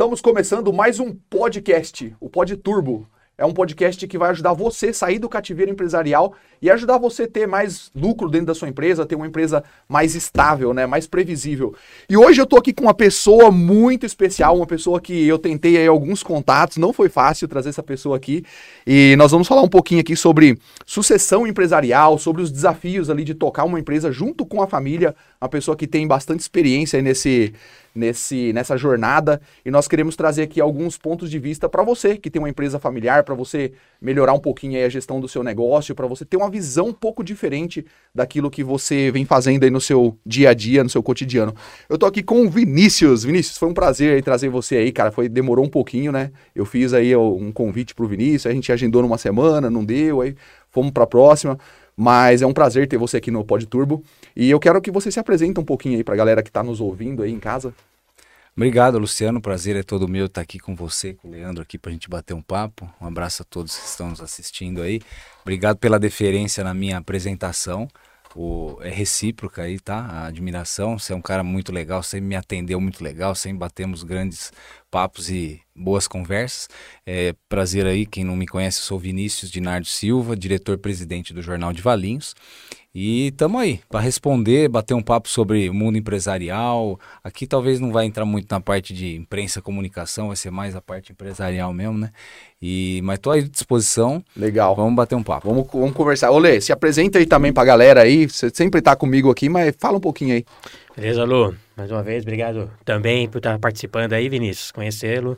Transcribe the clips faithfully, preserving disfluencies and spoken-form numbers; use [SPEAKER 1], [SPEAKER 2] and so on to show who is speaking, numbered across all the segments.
[SPEAKER 1] Estamos começando mais um podcast, o Pod Turbo. É um podcast que vai ajudar você a sair do cativeiro empresarial e ajudar você a ter mais lucro dentro da sua empresa, ter uma empresa mais estável, né, mais previsível. E hoje eu tô aqui com uma pessoa muito especial, uma pessoa que eu tentei aí alguns contatos, não foi fácil trazer essa pessoa aqui. E nós vamos falar um pouquinho aqui sobre sucessão empresarial, sobre os desafios ali de tocar uma empresa junto com a família, uma pessoa que tem bastante experiência aí nesse... Nesse, nessa jornada, e nós queremos trazer aqui alguns pontos de vista para você que tem uma empresa familiar, para você melhorar um pouquinho aí a gestão do seu negócio, para você ter uma visão um pouco diferente daquilo que você vem fazendo aí no seu dia a dia, no seu cotidiano. Eu tô aqui com o Vinícius. Vinícius, foi um prazer aí trazer você aí, cara, foi, demorou um pouquinho, né? Eu fiz aí um convite pro Vinícius, a gente agendou numa semana, não deu, aí fomos para a próxima. Mas é um prazer ter você aqui no Pod Turbo. E eu quero que você se apresente um pouquinho aí pra galera que tá nos ouvindo aí em casa.
[SPEAKER 2] Obrigado, Luciano. O prazer é todo meu estar aqui com você, com o Leandro aqui pra gente bater um papo. Um abraço a todos que estão nos assistindo aí. Obrigado pela deferência na minha apresentação. O, é recíproca aí, tá? A admiração. Você é um cara muito legal, sempre me atendeu muito legal, sempre batemos grandes papos e boas conversas. É prazer aí, quem não me conhece, eu sou Vinícius Dinardo Silva, diretor-presidente do Jornal de Valinhos. E estamos aí para responder, bater um papo sobre o mundo empresarial. Aqui talvez não vai entrar muito na parte de imprensa, comunicação, vai ser mais a parte empresarial mesmo, né? E, mas estou aí à disposição.
[SPEAKER 1] Legal.
[SPEAKER 2] Vamos bater um papo.
[SPEAKER 1] Vamos, vamos conversar. Ô Lê, se apresenta aí também para a galera aí. Você sempre está comigo aqui, mas fala um pouquinho aí.
[SPEAKER 3] Beleza, Lu? Mais uma vez, obrigado também por estar participando aí, Vinícius, conhecê-lo.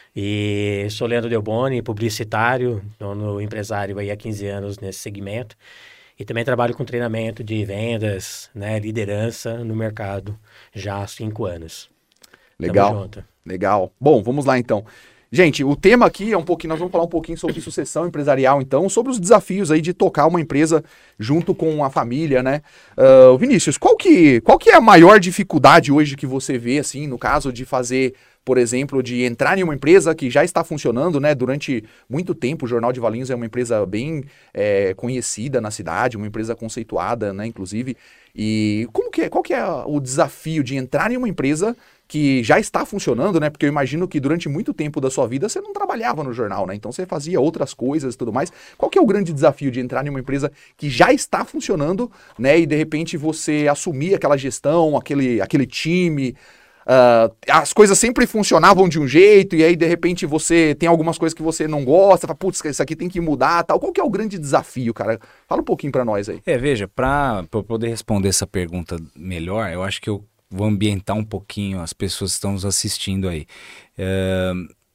[SPEAKER 3] E sou Leandro Delboni, publicitário, dono empresário aí há quinze anos nesse segmento. E também trabalho com treinamento de vendas, né, liderança no mercado já há cinco anos.
[SPEAKER 1] Legal, Tamo junto. Legal. Bom, vamos lá então. Gente, o tema aqui é um pouquinho, nós vamos falar um pouquinho sobre sucessão empresarial, então, sobre os desafios aí de tocar uma empresa junto com a família, né? Uh, Vinícius, qual que, qual que é a maior dificuldade hoje que você vê, assim, no caso de fazer, por exemplo, de entrar em uma empresa que já está funcionando, né? Durante muito tempo, o Jornal de Valinhos é uma empresa bem é, conhecida na cidade, uma empresa conceituada, né, inclusive. E como que é, qual que é o desafio de entrar em uma empresa que já está funcionando, né? Porque eu imagino que durante muito tempo da sua vida você não trabalhava no jornal, né? Então você fazia outras coisas e tudo mais. Qual que é o grande desafio de entrar em uma empresa que já está funcionando, né? E de repente você assumir aquela gestão, aquele, aquele time... Uh, as coisas sempre funcionavam de um jeito e aí de repente você tem algumas coisas que você não gosta, fala, putz, isso aqui tem que mudar, tal. Qual que é o grande desafio, cara? Fala um pouquinho pra nós aí.
[SPEAKER 2] É, veja, para eu poder responder essa pergunta melhor, eu acho que eu vou ambientar um pouquinho as pessoas que estão nos assistindo aí. É,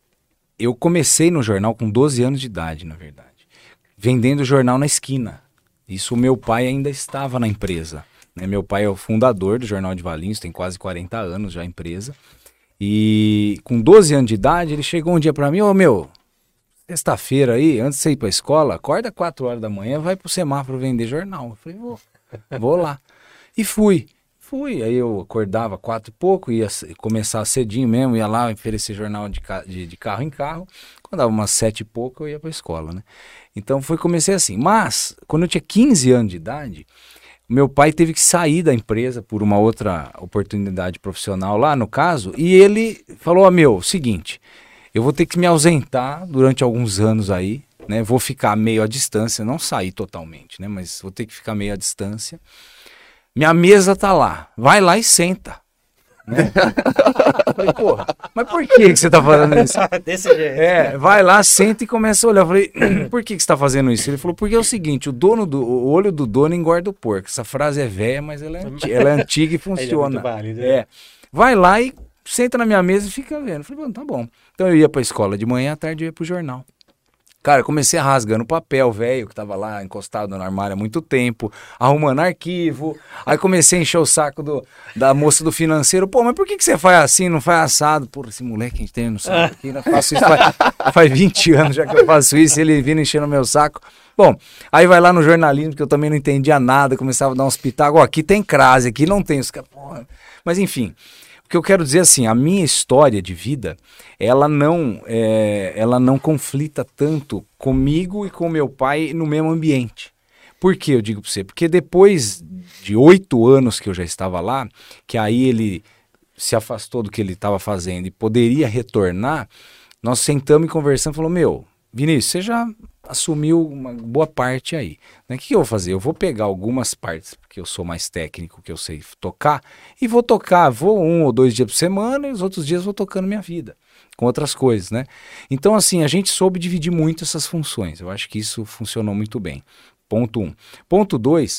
[SPEAKER 2] eu comecei no jornal com doze anos de idade, na verdade, vendendo jornal na esquina. Isso o meu pai ainda estava na empresa. Né, meu pai é o fundador do Jornal de Valinhos, tem quase quarenta anos já a empresa. E com doze anos de idade, ele chegou um dia pra mim, ô meu, sexta-feira aí, antes de você ir pra escola, acorda quatro horas da manhã, vai pro semáforo vender jornal. Eu falei, vou, vou lá. E fui, fui. Aí eu acordava quatro e pouco, ia começar cedinho mesmo, ia lá oferecer jornal de, de, de carro em carro. Quando dava umas sete e pouco, eu ia pra escola, né? Então foi, comecei assim. Mas, quando eu tinha quinze anos de idade... Meu pai teve que sair da empresa por uma outra oportunidade profissional lá, no caso, e ele falou, ó, meu, seguinte, eu vou ter que me ausentar durante alguns anos aí, né, vou ficar meio à distância, não sair totalmente, né, mas vou ter que ficar meio à distância. Minha mesa tá lá, vai lá e senta. Né? Falei, porra, mas por que, que você tá fazendo isso?
[SPEAKER 3] Desse jeito.
[SPEAKER 2] É, vai lá, senta e começa a olhar. Eu falei, por que, que você tá fazendo isso? Ele falou, porque é o seguinte, o dono do, o olho do dono engorda o porco. Essa frase é velha, mas ela é, antiga, ela é antiga e funciona. É, válido, né? É, vai lá e senta na minha mesa e fica vendo. Eu falei, tá bom. Então eu ia pra escola de manhã, à tarde eu ia pro jornal. Cara, eu comecei rasgando papel velho, que tava lá encostado no armário há muito tempo, arrumando arquivo. Aí comecei a encher o saco do, da moça do financeiro. Pô, mas por que, que você faz assim, não faz assado? Pô, esse moleque a gente tem no saco aqui, né? Faço isso faz, faz vinte anos já que eu faço isso, ele vindo enchendo o meu saco. Bom, aí vai lá no jornalismo, que eu também não entendia nada, começava a dar uns pitacos. Ó, aqui tem crase, aqui não tem. Os caras, porra. Mas enfim... O que eu quero dizer assim, a minha história de vida, ela não, é, ela não conflita tanto comigo e com meu pai no mesmo ambiente. Por que eu digo para você? Porque depois de oito anos que eu já estava lá, que aí ele se afastou do que ele estava fazendo e poderia retornar, nós sentamos e conversamos e falou, meu, Vinícius, você já assumiu uma boa parte aí. Né? O que, que eu vou fazer? Eu vou pegar algumas partes, porque eu sou mais técnico, que eu sei tocar, e vou tocar, vou um ou dois dias por semana e os outros dias vou tocando minha vida, com outras coisas, né? Então, assim, a gente soube dividir muito essas funções. Eu acho que isso funcionou muito bem. Ponto um. Ponto dois,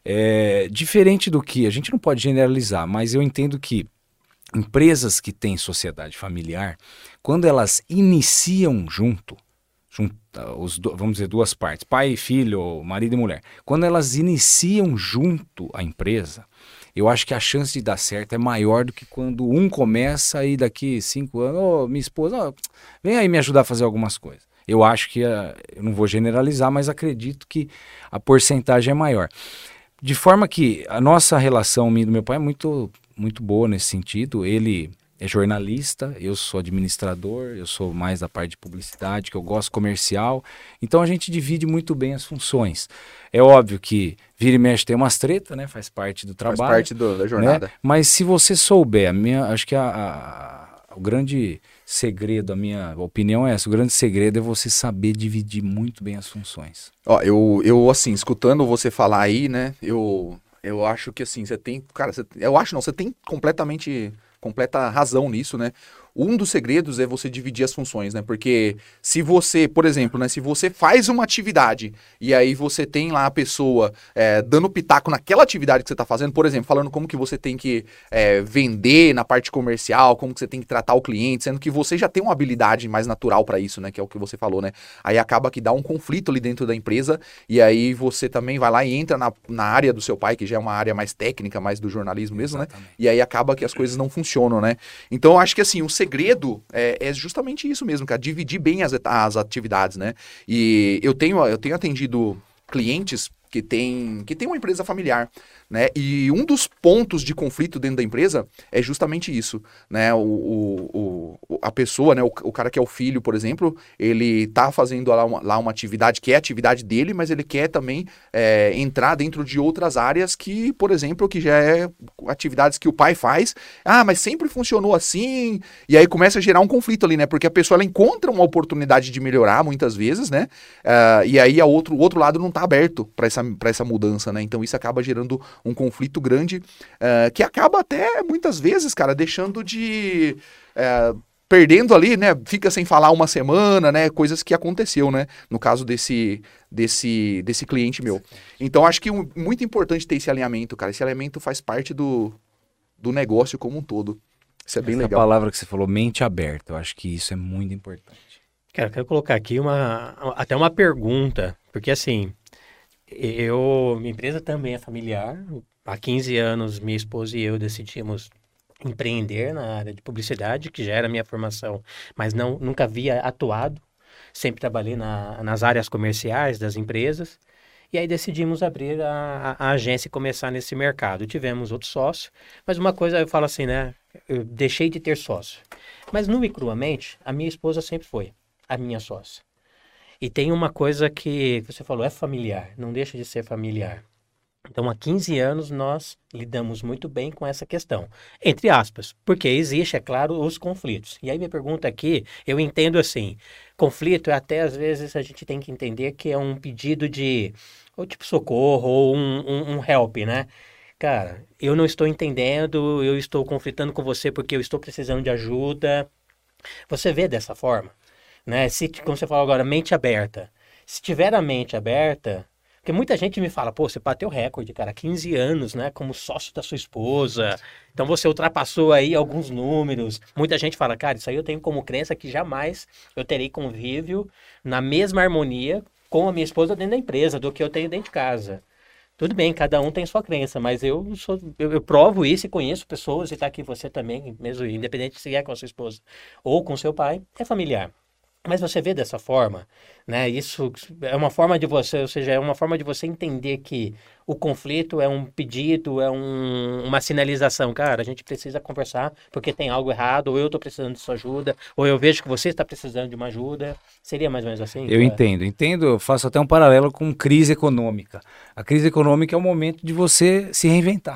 [SPEAKER 2] é, diferente do que, a gente não pode generalizar, mas eu entendo que empresas que têm sociedade familiar, quando elas iniciam junto, junto os, vamos dizer, duas partes, pai e filho, marido e mulher, quando elas iniciam junto a empresa, eu acho que a chance de dar certo é maior do que quando um começa e daqui cinco anos, ô, minha esposa, ó, vem aí me ajudar a fazer algumas coisas. Eu acho que, uh, eu não vou generalizar, mas acredito que a porcentagem é maior. De forma que a nossa relação, minha e do meu pai, é muito, muito boa nesse sentido. Ele é jornalista, eu sou administrador, eu sou mais da parte de publicidade, que eu gosto comercial. Então a gente divide muito bem as funções. É óbvio que vira e mexe tem umas tretas, né? Faz parte do trabalho.
[SPEAKER 1] Faz parte do, da jornada.
[SPEAKER 2] Né? Mas se você souber, a minha, acho que a, a, o grande segredo, a minha opinião é essa, o grande segredo é você saber dividir muito bem as funções.
[SPEAKER 1] Ó, eu, eu assim, escutando você falar aí, né, eu, eu acho que assim, você tem, cara, você, eu acho não, você tem completamente, completa razão nisso, né? Um dos segredos é você dividir as funções, né? Porque se você, por exemplo, né, se você faz uma atividade e aí você tem lá a pessoa é, dando pitaco naquela atividade que você está fazendo, por exemplo, falando como que você tem que é, vender na parte comercial, como que você tem que tratar o cliente, sendo que você já tem uma habilidade mais natural para isso, né? Que é o que você falou, né? Aí acaba que dá um conflito ali dentro da empresa e aí você também vai lá e entra na, na área do seu pai, que já é uma área mais técnica, mais do jornalismo mesmo, Exatamente. Né? E aí acaba que as coisas não funcionam, né? Então eu acho que assim, o segredo é, é justamente isso mesmo, cara, dividir bem as, as atividades, né? E eu tenho, eu tenho atendido clientes que tem, que tem uma empresa familiar, né? E um dos pontos de conflito dentro da empresa é justamente isso, né? O, o, o, a pessoa, né? O, o cara que é o filho, por exemplo, ele tá fazendo lá uma, lá uma atividade que é a atividade dele, mas ele quer também é, entrar dentro de outras áreas que, por exemplo, que já é atividades que o pai faz. Ah, mas sempre funcionou assim. E aí começa a gerar um conflito ali, né? Porque a pessoa ela encontra uma oportunidade de melhorar muitas vezes, né? Uh, e aí a outro, o outro lado não tá aberto para essa para essa mudança, né? Então isso acaba gerando um conflito grande, uh, que acaba até, muitas vezes, cara, deixando de... Uh, perdendo ali, né? Fica sem falar uma semana, né? Coisas que aconteceu, né? No caso desse, desse, desse cliente meu. Então acho que um, muito importante ter esse alinhamento, cara. Esse alinhamento faz parte do, do negócio como um todo. Isso é bem
[SPEAKER 2] Essa
[SPEAKER 1] legal.
[SPEAKER 2] A palavra que você falou, mente aberta, eu acho que isso é muito importante.
[SPEAKER 3] Cara, eu quero colocar aqui uma, até uma pergunta, porque assim... Eu, minha empresa também é familiar. Há quinze anos, minha esposa e eu decidimos empreender na área de publicidade, que já era a minha formação, mas não, nunca havia atuado. Sempre trabalhei na, nas áreas comerciais das empresas. E aí decidimos abrir a, a, a agência e começar nesse mercado. Tivemos outro sócio, mas uma coisa eu falo assim, né? Eu deixei de ter sócio. Mas nua e cruamente, a minha esposa sempre foi a minha sócia. E tem uma coisa que você falou, é familiar, não deixa de ser familiar. Então, há quinze anos, nós lidamos muito bem com essa questão. Entre aspas, porque existe, é claro, os conflitos. E aí, minha pergunta aqui, eu entendo assim, conflito é até, às vezes, a gente tem que entender que é um pedido de, ou tipo, socorro, ou um, um, um help, né? Cara, eu não estou entendendo, eu estou conflitando com você porque eu estou precisando de ajuda. Você vê dessa forma? Né? Se, como você falou agora, mente aberta. Se tiver a mente aberta, porque muita gente me fala, pô, você bateu recorde, cara, quinze anos, né, como sócio da sua esposa, então você ultrapassou aí alguns números. Muita gente fala, cara, isso aí eu tenho como crença que jamais eu terei convívio na mesma harmonia com a minha esposa dentro da empresa do que eu tenho dentro de casa. Tudo bem, cada um tem sua crença, mas eu, sou, eu, eu provo isso e conheço pessoas, e tá aqui você também, mesmo independente se é com a sua esposa ou com seu pai, é familiar. Mas você vê dessa forma, né? Isso é uma forma de você, ou seja, é uma forma de você entender que o conflito é um pedido, é um, uma sinalização. Cara, a gente precisa conversar porque tem algo errado, ou eu estou precisando de sua ajuda, ou eu vejo que você está precisando de uma ajuda. Seria mais ou menos assim?
[SPEAKER 2] Eu cara? entendo, entendo. Eu faço até um paralelo com crise econômica. A crise econômica é o momento de você se reinventar.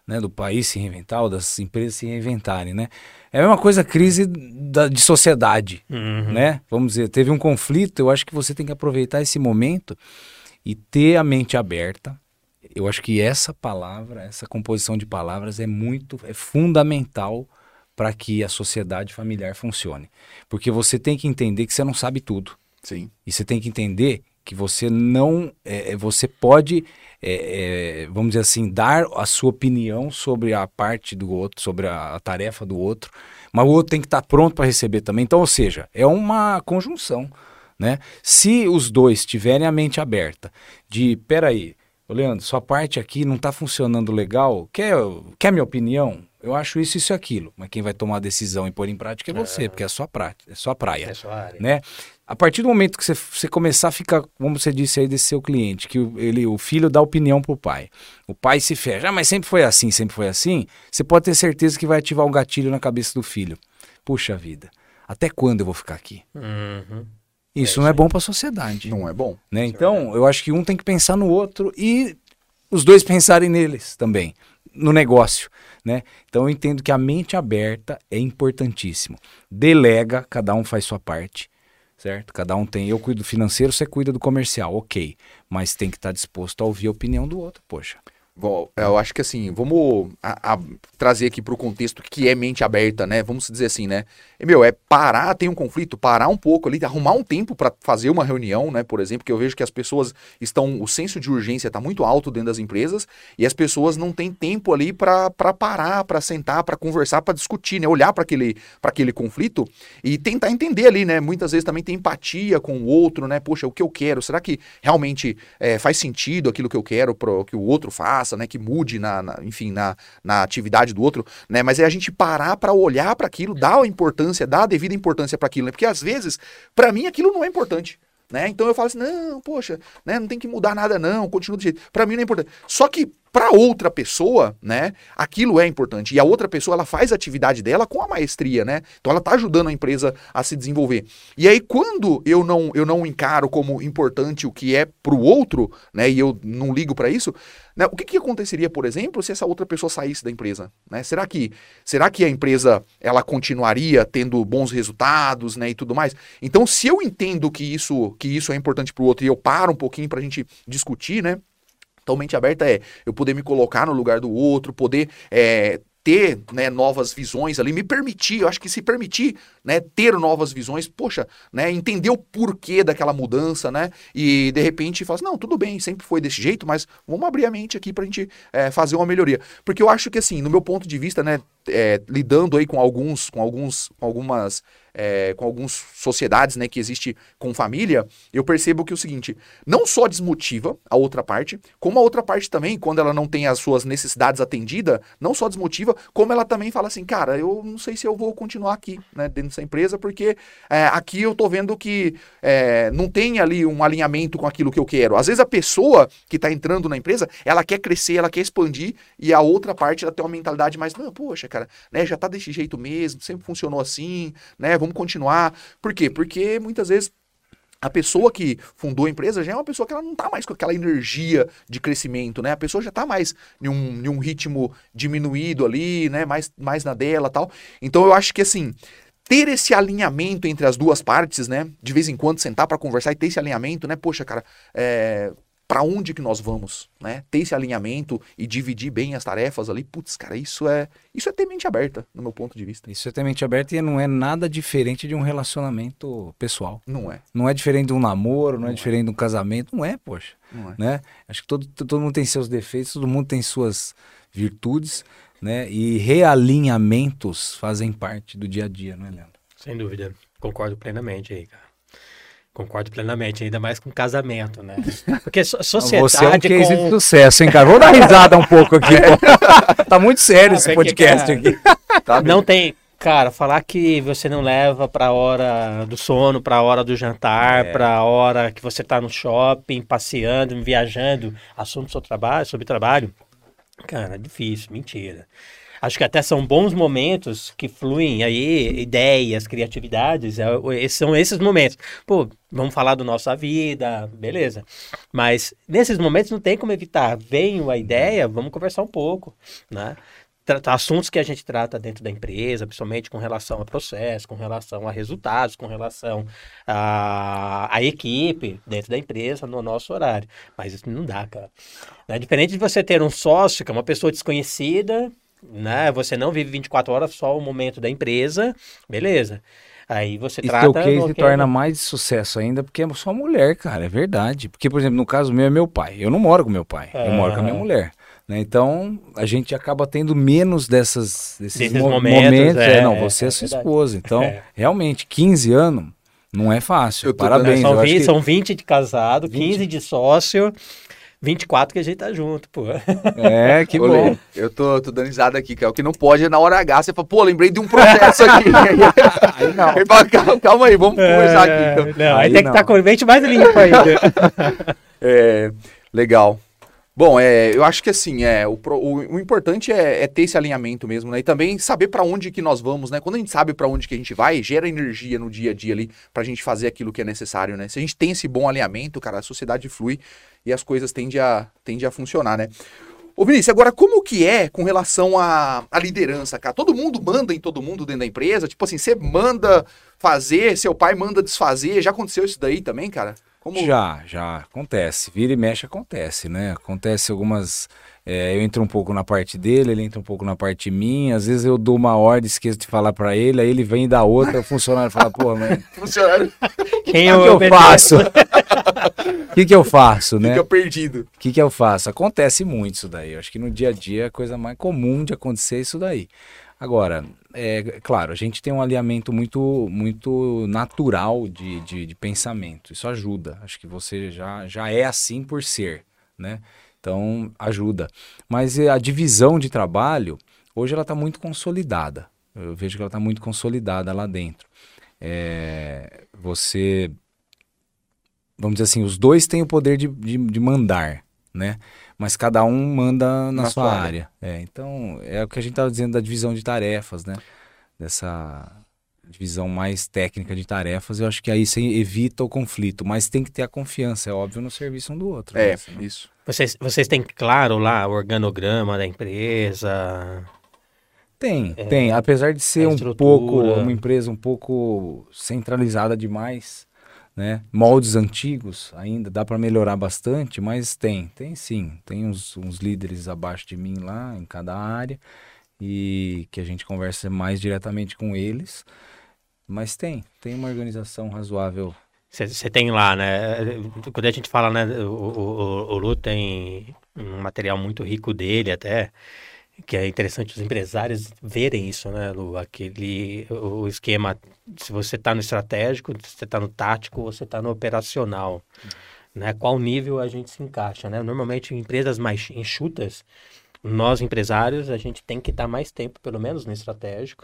[SPEAKER 2] né, do país se reinventar, ou das empresas se reinventarem, né? É a mesma coisa a crise da, de sociedade,
[SPEAKER 3] Uhum.
[SPEAKER 2] né? Vamos dizer, teve um conflito, eu acho que você tem que aproveitar esse momento e ter a mente aberta. Eu acho que essa palavra, essa composição de palavras é muito, é fundamental para que a sociedade familiar funcione. Porque você tem que entender que você não sabe tudo.
[SPEAKER 1] Sim.
[SPEAKER 2] E você tem que entender que você não, é, você pode, é, é, vamos dizer assim, dar a sua opinião sobre a parte do outro, sobre a, a tarefa do outro, mas o outro tem que estar pronto para receber também. Então, ou seja, é uma conjunção, né? Se os dois tiverem a mente aberta de, peraí, ô Leandro, sua parte aqui não está funcionando legal, quer, quer minha opinião? Eu acho isso, isso e aquilo, mas quem vai tomar a decisão e pôr em prática é você, é. porque é a sua, prática, é a sua praia.
[SPEAKER 3] É a sua área.
[SPEAKER 2] Né? A partir do momento que você, você começar a ficar, como você disse aí desse seu cliente, que o, ele, o filho dá opinião pro pai, o pai se fecha, ah, mas sempre foi assim, sempre foi assim, você pode ter certeza que vai ativar um gatilho na cabeça do filho. Puxa vida, até quando eu vou ficar aqui?
[SPEAKER 3] Uhum.
[SPEAKER 2] Isso
[SPEAKER 3] é
[SPEAKER 2] não é
[SPEAKER 3] isso
[SPEAKER 2] bom para a sociedade.
[SPEAKER 1] Não é bom.
[SPEAKER 2] Né? Então, eu acho que um tem que pensar no outro e os dois pensarem neles também, no negócio. Né? Então eu entendo que a mente aberta é importantíssimo. Delega, cada um faz sua parte, certo? Cada um tem, eu cuido do financeiro, você cuida do comercial, ok. Mas tem que estar disposto a ouvir a opinião do outro, poxa.
[SPEAKER 1] Bom, eu acho que assim, vamos a, a, trazer aqui para o contexto que é mente aberta, né? Vamos dizer assim, né? E, meu, é parar, tem um conflito, parar um pouco ali, arrumar um tempo para fazer uma reunião, né? Por exemplo, que eu vejo que as pessoas estão, o senso de urgência está muito alto dentro das empresas e as pessoas não têm tempo ali para parar, para sentar, para conversar, para discutir, né? Olhar para aquele, para aquele conflito e tentar entender ali, né? Muitas vezes também tem empatia com o outro, né? Poxa, o que eu quero, será que realmente é, faz sentido aquilo que eu quero pro, que o outro faça? Né, que mude na, na, enfim, na, na atividade do outro, né, mas é a gente parar para olhar para aquilo, dar a importância, dar a devida importância para aquilo, né, porque às vezes, para mim, aquilo não é importante, né, então eu falo assim, não, poxa, né, não tem que mudar nada não, continua do jeito, para mim não é importante, só que para outra pessoa, né, aquilo é importante. E a outra pessoa, ela faz a atividade dela com a maestria, né? Então ela tá ajudando a empresa a se desenvolver. E aí quando eu não eu não encaro como importante o que é pro outro, né, e eu não ligo para isso, né, o que que aconteceria, por exemplo, se essa outra pessoa saísse da empresa, né? Será que será que a empresa ela continuaria tendo bons resultados, né, e tudo mais? Então, se eu entendo que isso que isso é importante pro outro e eu paro um pouquinho pra gente discutir, né? Então, mente aberta é eu poder me colocar no lugar do outro, poder é, ter, né, novas visões ali, me permitir, eu acho que se permitir, né, ter novas visões, poxa, né, entender o porquê daquela mudança, né, e de repente falar assim, não, tudo bem, sempre foi desse jeito, mas vamos abrir a mente aqui pra gente é, fazer uma melhoria. Porque eu acho que assim, no meu ponto de vista, né, é, lidando aí com alguns, com alguns, com algumas... É, com algumas sociedades, né, que existe com família, eu percebo que é o seguinte, não só desmotiva a outra parte, como a outra parte também, quando ela não tem as suas necessidades atendidas, não só desmotiva, como ela também fala assim, cara, eu não sei se eu vou continuar aqui, né, dentro dessa empresa, porque é, aqui eu tô vendo que é, não tem ali um alinhamento com aquilo que eu quero. Às vezes a pessoa que tá entrando na empresa, ela quer crescer, ela quer expandir, e a outra parte, ela tem uma mentalidade mais, não, poxa, cara, né, já tá desse jeito mesmo, sempre funcionou assim, né, vamos continuar. Por quê? Porque muitas vezes a pessoa que fundou a empresa já é uma pessoa que ela não está mais com aquela energia de crescimento, né? A pessoa já está mais em um, em um ritmo diminuído ali, né? Mais, mais na dela e tal. Então eu acho que assim, ter esse alinhamento entre as duas partes, né? De vez em quando sentar para conversar e ter esse alinhamento, né? Poxa, cara, é... para onde que nós vamos, né? Ter esse alinhamento e dividir bem as tarefas ali, putz, cara, isso é isso é ter mente aberta, no meu ponto de vista.
[SPEAKER 2] Isso é ter mente aberta e não é nada diferente de um relacionamento pessoal.
[SPEAKER 1] Não é.
[SPEAKER 2] Não é diferente de um namoro, não, não é, é diferente de um casamento, não é, poxa.
[SPEAKER 1] Não é.
[SPEAKER 2] Né? Acho que todo, todo mundo tem seus defeitos, todo mundo tem suas virtudes, né? E realinhamentos fazem parte do dia a dia, não é, Leandro?
[SPEAKER 3] Sem dúvida, concordo plenamente aí, cara. Concordo plenamente, ainda mais com casamento, né? Porque so sociedade...
[SPEAKER 2] Você é um case
[SPEAKER 3] com...
[SPEAKER 2] de sucesso, hein, cara? Vou dar risada um pouco aqui. Tá muito sério ah, esse podcast
[SPEAKER 3] que,
[SPEAKER 2] aqui. Tá
[SPEAKER 3] não tem... Cara, falar que você não leva pra hora do sono, pra hora do jantar, é. pra hora que você tá no shopping, passeando, viajando, assunto sobre trabalho, sobre trabalho, Cara, difícil, mentira. Acho que até são bons momentos que fluem aí, ideias, criatividades, é, esses são esses momentos. Pô, vamos falar da nossa vida, beleza. Mas nesses momentos não tem como evitar. Vem a ideia, vamos conversar um pouco, né? Tra- assuntos que a gente trata dentro da empresa, principalmente com relação a processo, com relação a resultados, com relação a, a equipe dentro da empresa, no nosso horário. Mas isso não dá, cara. É diferente de você ter um sócio, que é uma pessoa desconhecida, né? Você não vive vinte e quatro horas, só o momento da empresa, beleza. Aí você
[SPEAKER 2] E
[SPEAKER 3] trata...
[SPEAKER 2] teu case
[SPEAKER 3] no-
[SPEAKER 2] se torna mais de sucesso ainda porque é só mulher, cara, é verdade. Porque, por exemplo, no caso meu é meu pai. Eu não moro com meu pai, eu moro com a minha
[SPEAKER 3] Ah.
[SPEAKER 2] mulher. Né? Então, a gente acaba tendo menos dessas, desses
[SPEAKER 3] Desses
[SPEAKER 2] mo-
[SPEAKER 3] momentos,
[SPEAKER 2] momentos.
[SPEAKER 3] é,
[SPEAKER 2] É, não,
[SPEAKER 3] é,
[SPEAKER 2] você é,
[SPEAKER 3] é
[SPEAKER 2] sua
[SPEAKER 3] verdade.
[SPEAKER 2] esposa. Então,
[SPEAKER 3] É.
[SPEAKER 2] realmente, quinze anos não é fácil.
[SPEAKER 1] Eu tô
[SPEAKER 2] Parabéns.
[SPEAKER 3] São
[SPEAKER 2] eu acho
[SPEAKER 3] vinte,
[SPEAKER 2] que-
[SPEAKER 3] são vinte de casado,
[SPEAKER 2] vinte.
[SPEAKER 3] quinze de sócio, vinte e quatro que a gente tá junto, pô.
[SPEAKER 2] É, que
[SPEAKER 1] Ô,
[SPEAKER 2] bom.
[SPEAKER 1] Lê, eu tô, tô dando risada aqui, que é o que não pode é na hora H. Você fala, pô, lembrei de um processo aqui.
[SPEAKER 2] Aí não.
[SPEAKER 1] Aí fala, calma, calma aí, vamos conversar aqui então.
[SPEAKER 3] Não, aí,
[SPEAKER 2] Aí
[SPEAKER 3] tem que
[SPEAKER 2] não.
[SPEAKER 3] estar com o mente mais limpo ainda.
[SPEAKER 1] É, legal. Bom, é, eu acho que assim, é, o, pro- o, o importante é, é ter esse alinhamento mesmo, né? E também saber pra onde que nós vamos, né? Quando a gente sabe pra onde que a gente vai, gera energia no dia a dia ali pra gente fazer aquilo que é necessário, né? Se a gente tem esse bom alinhamento, cara, a sociedade flui e as coisas tendem a, tendem a funcionar, né? Ô Vinícius, agora como que é com relação à, à liderança, cara? Todo mundo manda em todo mundo dentro da empresa? Tipo assim, você manda fazer, seu pai manda desfazer, já aconteceu isso daí também, cara? Como...
[SPEAKER 2] Já, já acontece. Vira e mexe acontece, né? Acontece algumas. é, eu entro um pouco na parte dele, ele entra um pouco na parte minha. Às vezes eu dou uma ordem, esqueço de falar pra ele, aí ele vem e dá outra. O funcionário fala, pô, mas o
[SPEAKER 1] Funcionário
[SPEAKER 2] que,
[SPEAKER 3] Quem
[SPEAKER 2] que eu
[SPEAKER 3] obedeço?
[SPEAKER 2] faço? O que, que eu faço, né?
[SPEAKER 1] fica perdido.
[SPEAKER 2] O que, que eu faço? Acontece muito isso daí. Eu acho que no dia a dia é a coisa mais comum de acontecer isso daí. Agora, é claro, a gente tem um alinhamento muito, muito natural de, de, de pensamento. Isso ajuda. Acho que você já, já é assim por ser, né? Então, ajuda. Mas a divisão de trabalho, hoje ela está muito consolidada. Eu vejo que ela está muito consolidada lá dentro. É, você, vamos dizer assim, os dois têm o poder de, de, de mandar, né? Mas cada um manda na,
[SPEAKER 1] Na
[SPEAKER 2] sua
[SPEAKER 1] sua
[SPEAKER 2] área. É, então, é o que a gente estava dizendo da divisão de tarefas, né? Dessa divisão mais técnica de tarefas, eu acho que aí você evita o conflito, mas tem que ter a confiança, é óbvio, no serviço um do outro.
[SPEAKER 1] É,
[SPEAKER 2] né? Senão-
[SPEAKER 1] isso.
[SPEAKER 3] Vocês, vocês têm claro lá o organograma da empresa?
[SPEAKER 2] Tem, tem. Apesar de ser
[SPEAKER 3] a
[SPEAKER 2] um
[SPEAKER 3] estrutura.
[SPEAKER 2] pouco, uma empresa um pouco centralizada demais, né? Moldes antigos ainda, dá para melhorar bastante, mas tem, tem sim. Tem uns, uns líderes abaixo de mim lá em cada área e que a gente conversa mais diretamente com eles, mas tem, tem uma organização razoável.
[SPEAKER 3] Você tem lá, né? Quando a gente fala, né? O, o, o Lu tem um material muito rico dele até, que é interessante os empresários verem isso, né, Lu? Aquele, o esquema, se você está no estratégico, se você está no tático, você está no operacional, né? Qual nível a gente se encaixa, né? Normalmente em empresas mais enxutas, nós empresários, a gente tem que estar mais tempo, pelo menos no estratégico,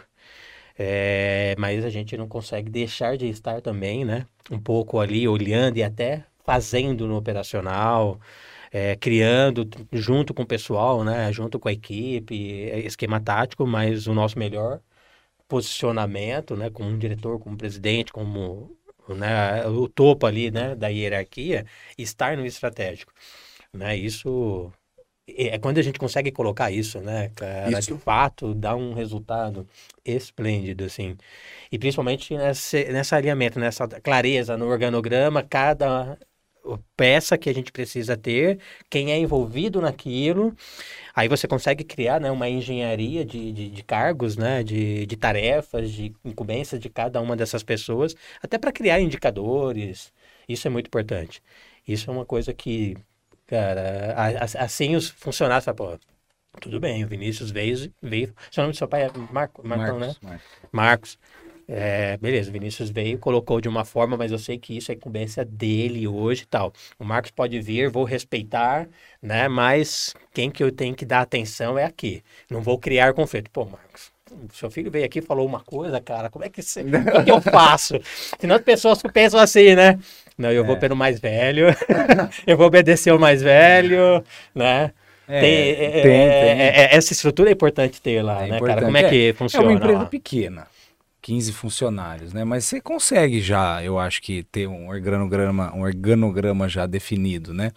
[SPEAKER 3] é, mas a gente não consegue deixar de estar também, né? Um pouco ali olhando e até fazendo no operacional, é, criando t- junto com o pessoal, né? Junto com a equipe, é, esquema tático, mas o nosso melhor posicionamento, né? Como um diretor, como presidente, como, né? O topo ali, né? Da hierarquia, estar no estratégico, né? Isso é é quando a gente consegue colocar isso, né, cara,
[SPEAKER 1] Isso.
[SPEAKER 3] de fato dá um resultado esplêndido, assim. E principalmente nesse, nessa alinhamento, nessa clareza no organograma, cada peça que a gente precisa ter, quem é envolvido naquilo, aí você consegue criar, né, uma engenharia de, de, de cargos, né, de, de tarefas, de incumbências de cada uma dessas pessoas, até para criar indicadores. Isso é muito importante. Isso é uma coisa que, cara, a- a- assim os funcionários falam, pô, tudo bem, o Vinícius veio, veio. Seu nome do seu pai é Marco, Marcão, né?
[SPEAKER 2] Marcos, Marcos.
[SPEAKER 3] Marcos. É, beleza, o Vinícius veio, colocou de uma forma, mas eu sei que isso é incumbência dele hoje e tal. O Marcos pode vir, vou respeitar, né? Mas quem que eu tenho que dar atenção é aqui. Não vou criar conflito. Pô, Marcos, seu filho veio aqui e falou uma coisa, cara, como é que, você, o que que eu faço? Senão as pessoas pensam assim, né? Não, eu vou
[SPEAKER 2] É.
[SPEAKER 3] pelo mais velho, eu vou obedecer o mais velho, né?
[SPEAKER 2] É,
[SPEAKER 3] tem, é,
[SPEAKER 2] tem,
[SPEAKER 3] é,
[SPEAKER 2] tem.
[SPEAKER 3] é, é, essa estrutura é importante ter lá,
[SPEAKER 2] É
[SPEAKER 3] né,
[SPEAKER 2] importante.
[SPEAKER 3] cara? Como é que
[SPEAKER 2] É
[SPEAKER 3] funciona?
[SPEAKER 2] uma empresa
[SPEAKER 3] lá?
[SPEAKER 2] pequena, quinze funcionários, né? Mas você consegue já, eu acho que ter um organograma, um organograma já definido, né?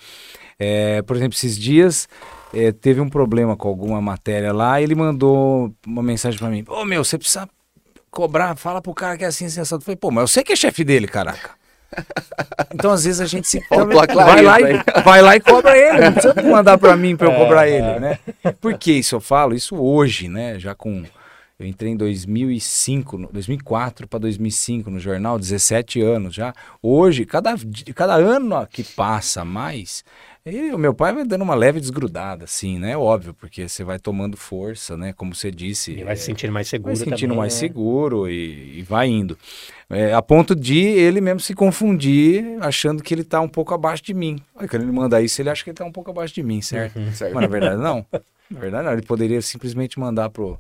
[SPEAKER 2] É, por exemplo, esses dias é, teve um problema com alguma matéria lá, ele mandou uma mensagem pra mim: ô meu, você precisa cobrar, fala pro cara que é assim, assim, assim. Eu falei: pô, mas eu sei que é chefe dele, caraca. Então, às vezes, a gente se
[SPEAKER 1] Faltou a
[SPEAKER 2] vai, lá
[SPEAKER 1] clareza
[SPEAKER 2] e, vai lá e cobra ele. Não precisa mandar pra mim pra eu cobrar ele, né? Por que isso eu falo? Isso hoje, né? Já com... Eu entrei em dois mil e cinco, no- dois mil e quatro para dois mil e cinco no jornal, dezessete anos já. Hoje, cada, di- cada ano que passa mais, e o meu pai vai dando uma leve desgrudada, assim, né? Óbvio, porque você vai tomando força, né? Como você disse.
[SPEAKER 3] E vai se
[SPEAKER 2] é,
[SPEAKER 3] sentindo mais seguro
[SPEAKER 2] vai se sentindo
[SPEAKER 3] também,
[SPEAKER 2] mais
[SPEAKER 3] né?
[SPEAKER 2] seguro e, e vai indo. É, a ponto de ele mesmo se confundir, achando que ele tá um pouco abaixo de mim. Aí, quando ele manda isso, ele acha que ele tá um pouco abaixo de mim, certo?
[SPEAKER 1] Certo.
[SPEAKER 2] Mas na verdade não. Na verdade não. Ele poderia simplesmente mandar pro,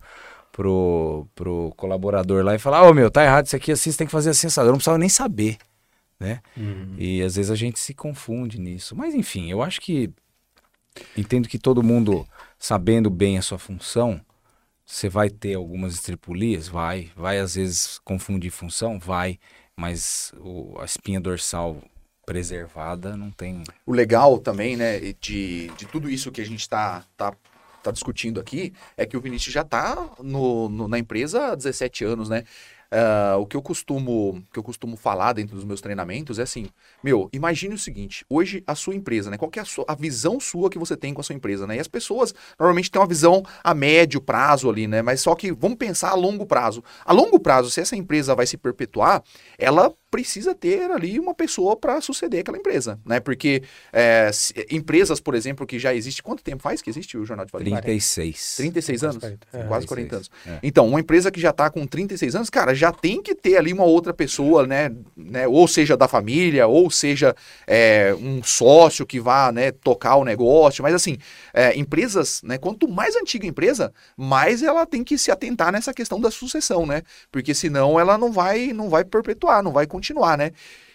[SPEAKER 2] pro, pro colaborador lá e falar: ô meu, tá errado isso aqui, assim, você tem que fazer assim, sabe? Eu não precisava nem saber, né?
[SPEAKER 3] Uhum.
[SPEAKER 2] E às vezes a gente se confunde nisso. Mas enfim, eu acho que entendo que todo mundo, sabendo bem a sua função, você vai ter algumas estripulias? Vai. Vai às vezes confundir função? Vai. Mas o- a espinha dorsal preservada não tem...
[SPEAKER 1] O legal também, né, de, de tudo isso que a gente está tá, tá discutindo aqui, é que o Vinícius já está no, no- na empresa há dezessete anos, né? Ah, o que eu costumo que eu costumo falar dentro dos meus treinamentos é assim, meu, imagine o seguinte, hoje a sua empresa, né? Qual que é a, sua- a visão sua que você tem com a sua empresa, né? E as pessoas normalmente têm uma visão a médio prazo ali, né? Mas só que vamos pensar a longo prazo. A longo prazo, se essa empresa vai se perpetuar, ela precisa ter ali uma pessoa para suceder aquela empresa, né? Porque é, se- empresas, por exemplo, que já existe, quanto tempo faz que existe o Jornal de Varejo?
[SPEAKER 2] trinta e seis.
[SPEAKER 1] trinta e seis
[SPEAKER 3] Quase
[SPEAKER 1] anos?
[SPEAKER 3] quarenta.
[SPEAKER 1] Tem
[SPEAKER 3] É,
[SPEAKER 1] quase
[SPEAKER 2] trinta e
[SPEAKER 1] quarenta
[SPEAKER 2] seis.
[SPEAKER 1] anos.
[SPEAKER 2] É.
[SPEAKER 1] Então, uma empresa que já está com trinta e seis anos, cara, já tem que ter ali uma outra pessoa, né? né ou seja, da família, ou seja, é, um sócio que vá, né, tocar o negócio. Mas assim, é, empresas, né? Quanto mais antiga a empresa, mais ela tem que se atentar nessa questão da sucessão, né? Porque senão ela não vai, não vai perpetuar, não vai continuar, né?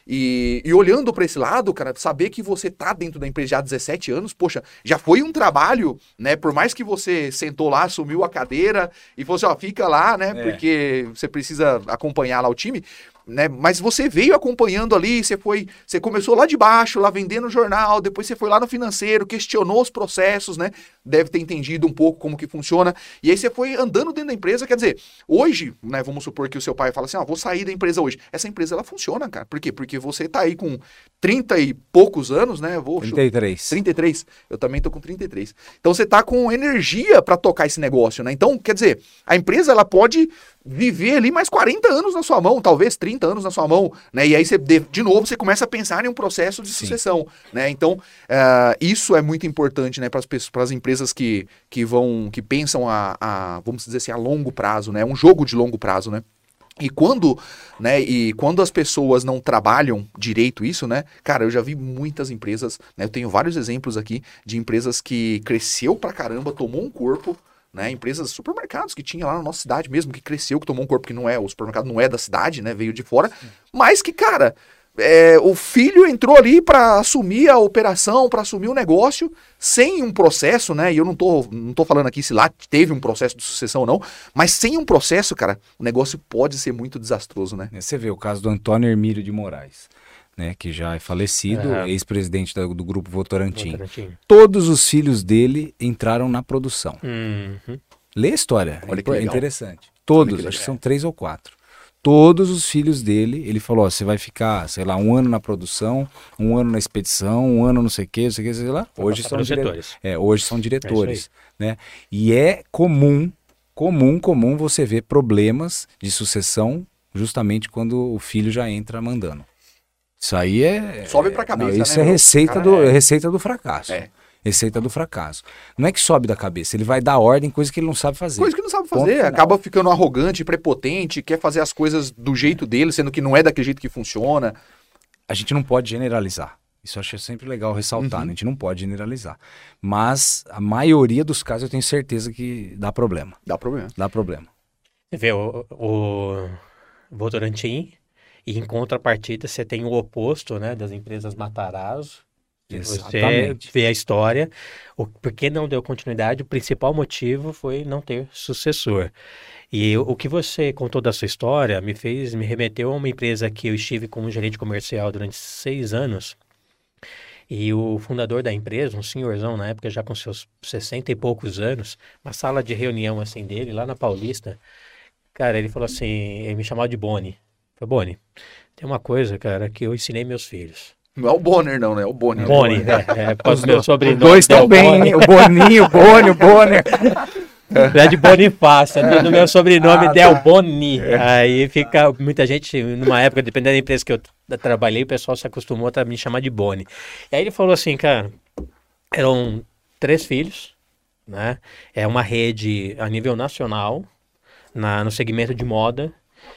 [SPEAKER 1] E, e olhando para esse lado, cara, saber que você tá dentro da empresa já há dezessete anos, poxa, já foi um trabalho, né? Por mais que você sentou lá, assumiu a cadeira e falou assim, ó, fica lá, né?
[SPEAKER 2] É.
[SPEAKER 1] Porque você precisa acompanhar lá o time, né? Mas você veio acompanhando ali, você foi, você começou lá de baixo, lá vendendo o jornal, depois você foi lá no financeiro, questionou os processos, né? Deve ter entendido um pouco como que funciona. E aí você foi andando dentro da empresa, quer dizer, hoje, né, vamos supor que o seu pai fala assim, ah, vou sair da empresa hoje. Essa empresa, ela funciona, cara. Por quê? Porque você tá aí com trinta e poucos anos, né? Vou
[SPEAKER 2] trinta e três.
[SPEAKER 1] trinta e três. Eu também tô com trinta e três. Então você tá com energia para tocar esse negócio, né? Então, quer dizer, a empresa ela pode viver ali mais quarenta anos na sua mão, talvez trinta anos na sua mão, né? E aí você de, de novo você começa a pensar em um processo de
[SPEAKER 2] Sim.
[SPEAKER 1] sucessão, né? Então, uh, isso é muito importante, né, para as empresas que, que vão que pensam a, a, vamos dizer assim, a longo prazo, né? Um jogo de longo prazo, né? E quando, né, e quando as pessoas não trabalham direito isso, né, cara, eu já vi muitas empresas, né, eu tenho vários exemplos aqui de empresas que cresceu pra caramba, tomou um corpo, né, empresas, supermercados que tinha lá na nossa cidade mesmo, que cresceu, que tomou um corpo que não é, o supermercado não é da cidade, né, veio de fora, mas que, cara, é, o filho entrou ali para assumir a operação, para assumir o negócio, sem um processo, né? E eu não tô, não tô falando aqui se lá teve um processo de sucessão ou não, mas sem um processo, cara, o negócio pode ser muito desastroso, né?
[SPEAKER 2] Você vê o caso do Antônio Hermílio de Moraes, né, que já é falecido,
[SPEAKER 3] Aham.
[SPEAKER 2] ex-presidente da- do Grupo Votorantim.
[SPEAKER 3] Votorantim.
[SPEAKER 2] Todos os filhos dele entraram na produção.
[SPEAKER 3] Uhum.
[SPEAKER 2] Lê a história,
[SPEAKER 1] Olha
[SPEAKER 2] é
[SPEAKER 1] que
[SPEAKER 2] impo- é
[SPEAKER 1] legal.
[SPEAKER 2] interessante. Todos,
[SPEAKER 1] Olha que
[SPEAKER 2] acho que
[SPEAKER 1] legal.
[SPEAKER 2] são três ou quatro. Todos os filhos dele, ele falou, ó, você vai ficar, sei lá, um ano na produção, um ano na expedição, um ano não sei o que, não sei o que, sei lá.
[SPEAKER 3] Vai
[SPEAKER 2] Hoje
[SPEAKER 3] passar
[SPEAKER 2] são,
[SPEAKER 3] pros
[SPEAKER 2] dire...
[SPEAKER 3] setores.
[SPEAKER 2] é, hoje são diretores, né? E é comum, comum, comum você ver problemas de sucessão justamente quando o filho já entra mandando. Isso aí é...
[SPEAKER 1] Sobe pra cabeça,
[SPEAKER 2] não, isso
[SPEAKER 1] né,
[SPEAKER 2] é
[SPEAKER 1] meu?
[SPEAKER 2] receita,
[SPEAKER 1] Cara,
[SPEAKER 2] do,
[SPEAKER 1] é-
[SPEAKER 2] receita do fracasso.
[SPEAKER 1] É.
[SPEAKER 2] Receita do fracasso. Não é que sobe da cabeça, ele vai dar ordem, coisa que ele não sabe fazer.
[SPEAKER 1] Coisa que não sabe
[SPEAKER 2] Ponto
[SPEAKER 1] fazer,
[SPEAKER 2] final.
[SPEAKER 1] acaba ficando arrogante, prepotente, quer fazer as coisas do jeito dele, sendo que não é daquele jeito que funciona.
[SPEAKER 2] A gente não pode generalizar. Isso eu acho sempre legal ressaltar,
[SPEAKER 1] Uhum.
[SPEAKER 2] né? A gente não pode generalizar. Mas a maioria dos casos eu tenho certeza que dá problema.
[SPEAKER 1] Dá problema.
[SPEAKER 2] Dá problema.
[SPEAKER 3] Você vê o, o Votorantim, e em contrapartida você tem o oposto, né, das empresas Matarazzo,
[SPEAKER 2] Exatamente.
[SPEAKER 3] Você vê a história, o, por que não deu continuidade, o principal motivo foi não ter sucessor. E o, o que você contou da sua história me fez, me remeteu a uma empresa que eu estive como gerente comercial durante seis anos, e o fundador da empresa, um senhorzão na época, já com seus sessenta e poucos anos, uma sala de reunião assim dele, lá na Paulista, cara, ele falou assim, ele me chamava de Boni. Eu falei, Boni, tem uma coisa, cara, que eu ensinei meus filhos.
[SPEAKER 1] Não é o Bonner, não, né? É o Bonner.
[SPEAKER 3] Boni, é, é por causa do meu sobrenome.
[SPEAKER 2] Os dois estão
[SPEAKER 3] Del
[SPEAKER 2] bem,
[SPEAKER 3] Boni.
[SPEAKER 2] hein? O Boninho, o Boni, o Bonner.
[SPEAKER 3] Não é de Bonifácio, é do meu sobrenome
[SPEAKER 1] Ah,
[SPEAKER 3] Del
[SPEAKER 1] tá.
[SPEAKER 3] Boni. Aí fica, muita gente, numa época, dependendo da empresa que eu t- trabalhei, o pessoal se acostumou a me chamar de Boni. E aí ele falou assim, cara, eram três filhos, né? É uma rede a nível nacional, na, no segmento de moda.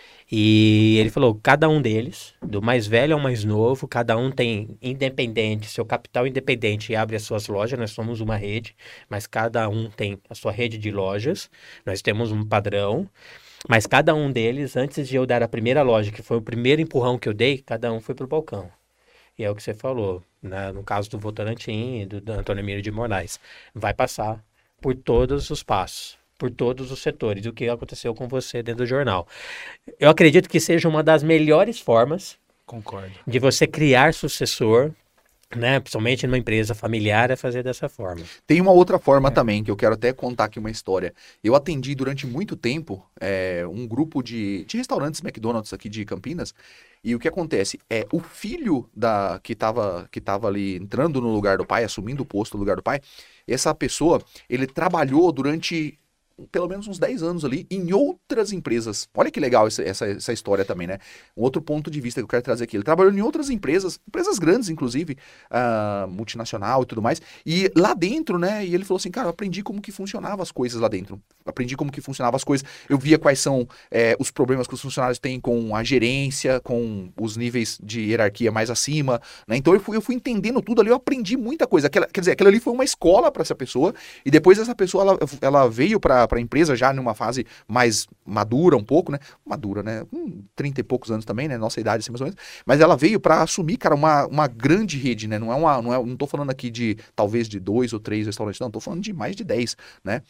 [SPEAKER 3] E ele falou, cada um deles, do mais velho ao mais novo, cada um tem independente, seu capital independente e abre as suas lojas, nós somos uma rede, mas cada um tem a sua rede de lojas, nós temos um padrão, mas cada um deles, antes de eu dar a primeira loja, que foi o primeiro empurrão que eu dei, cada um foi pro balcão. E é o que você falou, né? No caso do Votorantim e do, do Antônio Emílio de Moraes, vai passar por todos os passos, por todos os setores, o que aconteceu com você dentro do jornal. Eu acredito que seja uma das melhores formas
[SPEAKER 2] Concordo.
[SPEAKER 3] de você criar sucessor, né? Principalmente numa empresa familiar, é fazer dessa forma.
[SPEAKER 1] Tem uma outra forma também, que eu quero até contar aqui uma história. Eu atendi durante muito tempo é, um grupo de, de restaurantes McDonald's aqui de Campinas, e o que acontece é o filho da que estava que tava ali entrando no lugar do pai, assumindo o posto no lugar do pai, essa pessoa, ele trabalhou durante pelo menos uns dez anos ali em outras empresas. Olha que legal essa, essa, essa história também, né? Um outro ponto de vista que eu quero trazer aqui. Ele trabalhou em outras empresas, empresas grandes, inclusive, uh, multinacional e tudo mais. E lá dentro, né? E ele falou assim, cara, eu aprendi como que funcionavam as coisas lá dentro. Aprendi como que funcionavam as coisas. Eu via quais são é, os problemas que os funcionários têm com a gerência, com os níveis de hierarquia mais acima, né? Então eu fui, eu fui entendendo tudo ali, eu aprendi muita coisa. Aquela, quer dizer, aquilo ali foi uma escola para essa pessoa, e depois essa pessoa, ela, ela veio para para a empresa já numa fase mais madura um pouco, né? Madura, né? Hum, trinta e poucos anos também, né? Nossa idade, assim, mais ou menos. Mas ela veio para assumir, cara, uma, uma grande rede, né? Não é uma, não é, não tô falando aqui de, talvez, de dois ou três restaurantes, não. Tô falando de mais de dez, né?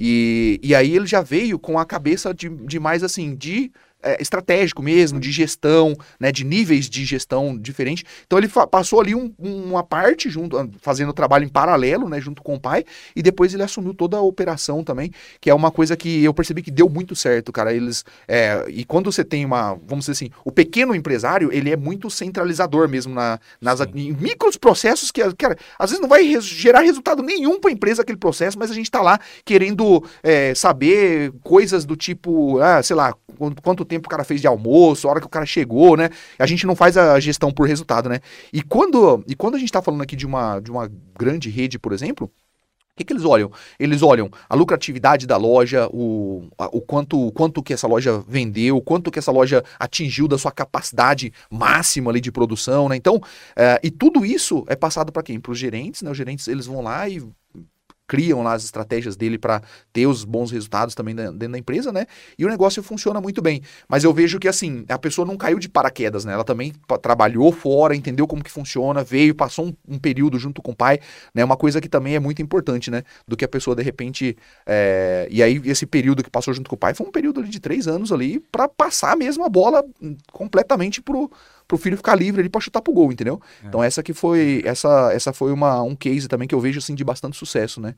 [SPEAKER 1] E, e aí ele já veio com a cabeça de, de mais, assim, de... É, estratégico mesmo, de gestão, né, de níveis de gestão diferentes. Então ele passou ali um, uma parte junto, fazendo o trabalho em paralelo, né, junto com o pai, e depois ele assumiu toda a operação também, que é uma coisa que eu percebi que deu muito certo, cara. Eles, é, e quando você tem uma, vamos dizer assim, o pequeno empresário, ele é muito centralizador mesmo na, nas em micros processos que, cara, às vezes não vai res, gerar resultado nenhum para a empresa aquele processo, mas a gente tá lá querendo é, saber coisas do tipo, ah, sei lá, quanto, quanto tempo o cara fez de almoço, a hora que o cara chegou, né? A gente não faz a gestão por resultado, né? E quando, e quando a gente tá falando aqui de uma, de uma grande rede, por exemplo, o que, que eles olham? Eles olham a lucratividade da loja, o, a, o quanto, quanto que essa loja vendeu, o quanto que essa loja atingiu da sua capacidade máxima ali de produção, né? Então, é, e tudo isso é passado para quem? Para os gerentes, né? Os gerentes, eles vão lá e criam lá as estratégias dele para ter os bons resultados também dentro da empresa, né? E o negócio funciona muito bem. Mas eu vejo que, assim, a pessoa não caiu de paraquedas, né? Ela também trabalhou fora, entendeu como que funciona, veio, passou um, um período junto com o pai, né? Uma coisa que também é muito importante, né? Do que a pessoa, de repente... É... E aí, esse período que passou junto com o pai foi um período ali de três anos ali para passar mesmo a bola completamente pro... pro filho ficar livre ali pra chutar pro gol, entendeu? É. Então essa que foi, essa, essa foi uma, um case também que eu vejo, assim, de bastante sucesso, né?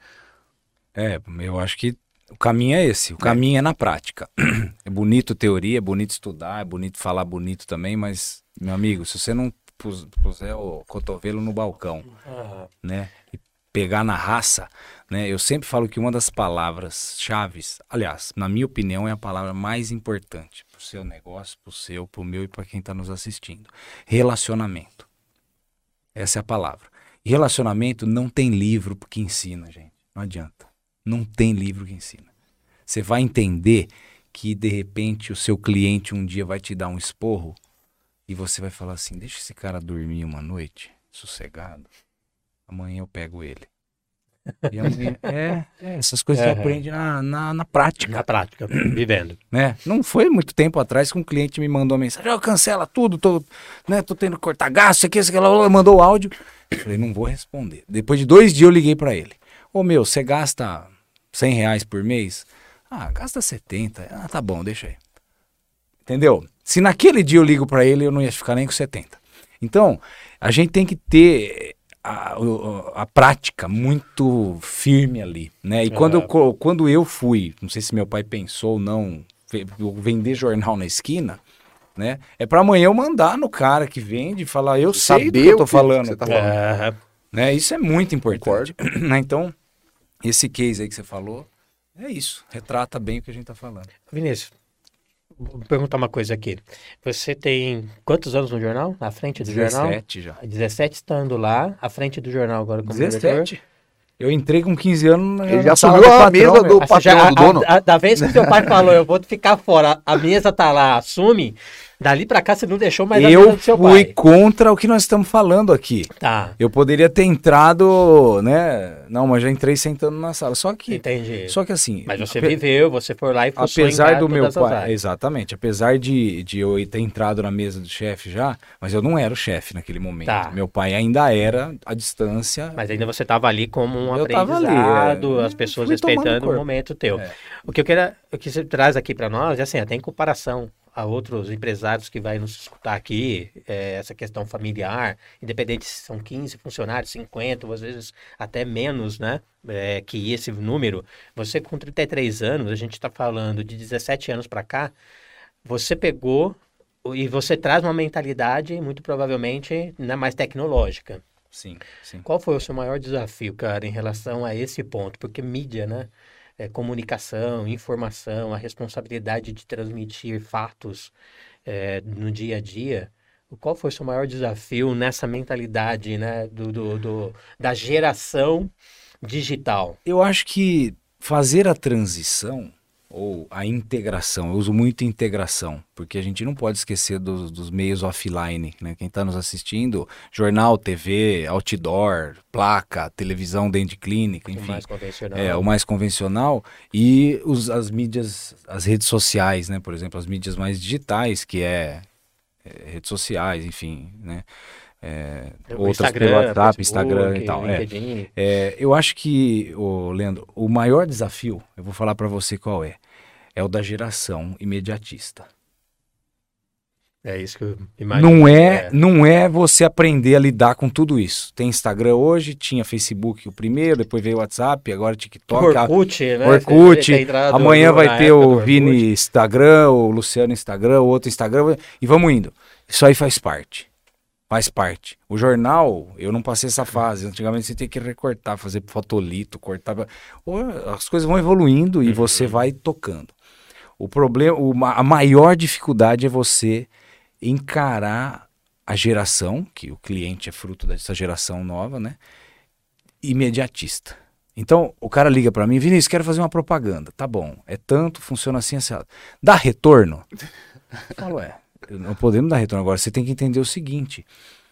[SPEAKER 2] É, eu acho que o caminho é esse, o é. caminho é na prática. É bonito teoria, é bonito estudar, é bonito falar bonito também, mas, meu amigo, se você não puser o cotovelo no balcão, uhum. né, e pegar na raça, né, eu sempre falo que uma das palavras chaves, aliás, na minha opinião, é a palavra mais importante pro seu negócio, pro seu, pro meu e para quem tá nos assistindo. Relacionamento. Essa é a palavra. E relacionamento não tem livro que ensina, gente. Não adianta. Não tem livro que ensina. Você vai entender que, de repente, o seu cliente um dia vai te dar um esporro e você vai falar assim, deixa esse cara dormir uma noite, sossegado. Amanhã eu pego ele. E amanhã, é, é, essas coisas é, você aprende na, na, na prática.
[SPEAKER 3] Na prática, vivendo.
[SPEAKER 2] Né? Não foi muito tempo atrás que um cliente me mandou uma mensagem, oh, cancela tudo, tô, né, tô tendo que cortar gasto, aqui, aquilo, mandou o áudio. Eu falei, não vou responder. Depois de dois dias eu liguei para ele. Ô meu, você gasta cem reais por mês? Ah, gasta setenta. Ah, tá bom, deixa aí. Entendeu? Se naquele dia eu ligo para ele, eu não ia ficar nem com setenta. Então, a gente tem que ter a, a, a prática muito firme ali, né? E uhum. quando, eu, quando eu fui, não sei se meu pai pensou ou não, vender jornal na esquina, né? É para amanhã eu mandar no cara que vende e falar, eu sei
[SPEAKER 1] Saber
[SPEAKER 2] do que eu tô
[SPEAKER 1] que
[SPEAKER 2] falando.
[SPEAKER 1] Você tá falando.
[SPEAKER 2] É, né? Isso é muito importante. Então, esse case aí que você falou, é isso. Retrata bem o que a gente tá falando.
[SPEAKER 3] Vinícius, vou perguntar uma coisa aqui. Você tem quantos anos no jornal? À frente do
[SPEAKER 2] dezessete
[SPEAKER 3] jornal?
[SPEAKER 2] dezessete já.
[SPEAKER 3] dezessete estando lá, à frente do jornal agora como
[SPEAKER 2] dezessete.
[SPEAKER 3] diretor.
[SPEAKER 2] Eu entrei com quinze anos...
[SPEAKER 1] Ele já assumiu a mesa do patrão,
[SPEAKER 3] já,
[SPEAKER 1] do dono.
[SPEAKER 3] A, a, da vez que seu pai falou, eu vou ficar fora, a mesa tá lá, assume... Dali pra cá você não deixou mais a
[SPEAKER 2] eu
[SPEAKER 3] mesa do seu pai.
[SPEAKER 2] Eu fui contra o que nós estamos falando aqui.
[SPEAKER 3] Tá.
[SPEAKER 2] Eu poderia ter entrado, né? Não, mas já entrei sentando na sala. Só que...
[SPEAKER 3] Entendi.
[SPEAKER 2] Só que assim...
[SPEAKER 3] Mas você ape... viveu, você foi lá e foi
[SPEAKER 2] apesar do meu pai, exatamente. Apesar de, de eu ter entrado na mesa do chefe já, mas eu não era o chefe naquele momento. Tá. Meu pai ainda era à distância.
[SPEAKER 3] Mas ainda você estava ali como um
[SPEAKER 2] eu
[SPEAKER 3] aprendizado,
[SPEAKER 2] ali, é.
[SPEAKER 3] as pessoas respeitando o momento teu. É. O que eu quero, o que você traz aqui para nós é assim, até em comparação a outros empresários que vai nos escutar aqui, é, essa questão familiar, independente se são quinze funcionários, cinquenta, ou às vezes até menos, né, é, que esse número. Você com trinta e três anos, a gente está falando de dezessete anos para cá, você pegou e você traz uma mentalidade muito provavelmente, né, mais tecnológica.
[SPEAKER 2] Sim, sim.
[SPEAKER 3] Qual foi o seu maior desafio, cara, em relação a esse ponto? Porque mídia, né? É, comunicação, informação, a responsabilidade de transmitir fatos é, no dia a dia. Qual foi o seu maior desafio nessa mentalidade, né, do, do, do, da geração digital?
[SPEAKER 2] Eu acho que fazer a transição ou a integração, eu uso muito integração, porque a gente não pode esquecer dos, dos meios offline, né? Quem está nos assistindo, jornal, T V, outdoor, placa, televisão dentro de clínica, enfim.
[SPEAKER 3] O mais convencional.
[SPEAKER 2] É, o mais convencional e os, as mídias, as redes sociais, né? Por exemplo, as mídias mais digitais, que é, é redes sociais, enfim, né? É, outras
[SPEAKER 3] Instagram,
[SPEAKER 2] pelo WhatsApp,
[SPEAKER 3] Facebook,
[SPEAKER 2] Instagram e tal. É. É, eu acho que, oh, Leandro, o maior desafio, eu vou falar para você qual é, é o da geração imediatista.
[SPEAKER 3] É isso que eu imagino.
[SPEAKER 2] Não é, é. não é você aprender a lidar com tudo isso. Tem Instagram hoje, tinha Facebook o primeiro, depois veio o WhatsApp, agora TikTok.
[SPEAKER 3] Orkut,
[SPEAKER 2] a,
[SPEAKER 3] né?
[SPEAKER 2] Orkut. Amanhã vai ter o Vini Instagram, o Luciano Instagram, o outro Instagram, e vamos indo. Isso aí faz parte. Faz parte. O jornal, eu não passei essa fase. Antigamente você tem que recortar, fazer fotolito, cortar. As coisas vão evoluindo e você vai tocando. O problema, a maior dificuldade é você encarar a geração, que o cliente é fruto dessa geração nova, né? Imediatista. Então, o cara liga para mim, Vinícius, quero fazer uma propaganda. Tá bom, é tanto, funciona assim, assim. Dá retorno? Eu falo, é. Não podemos dar retorno agora. Você tem que entender o seguinte: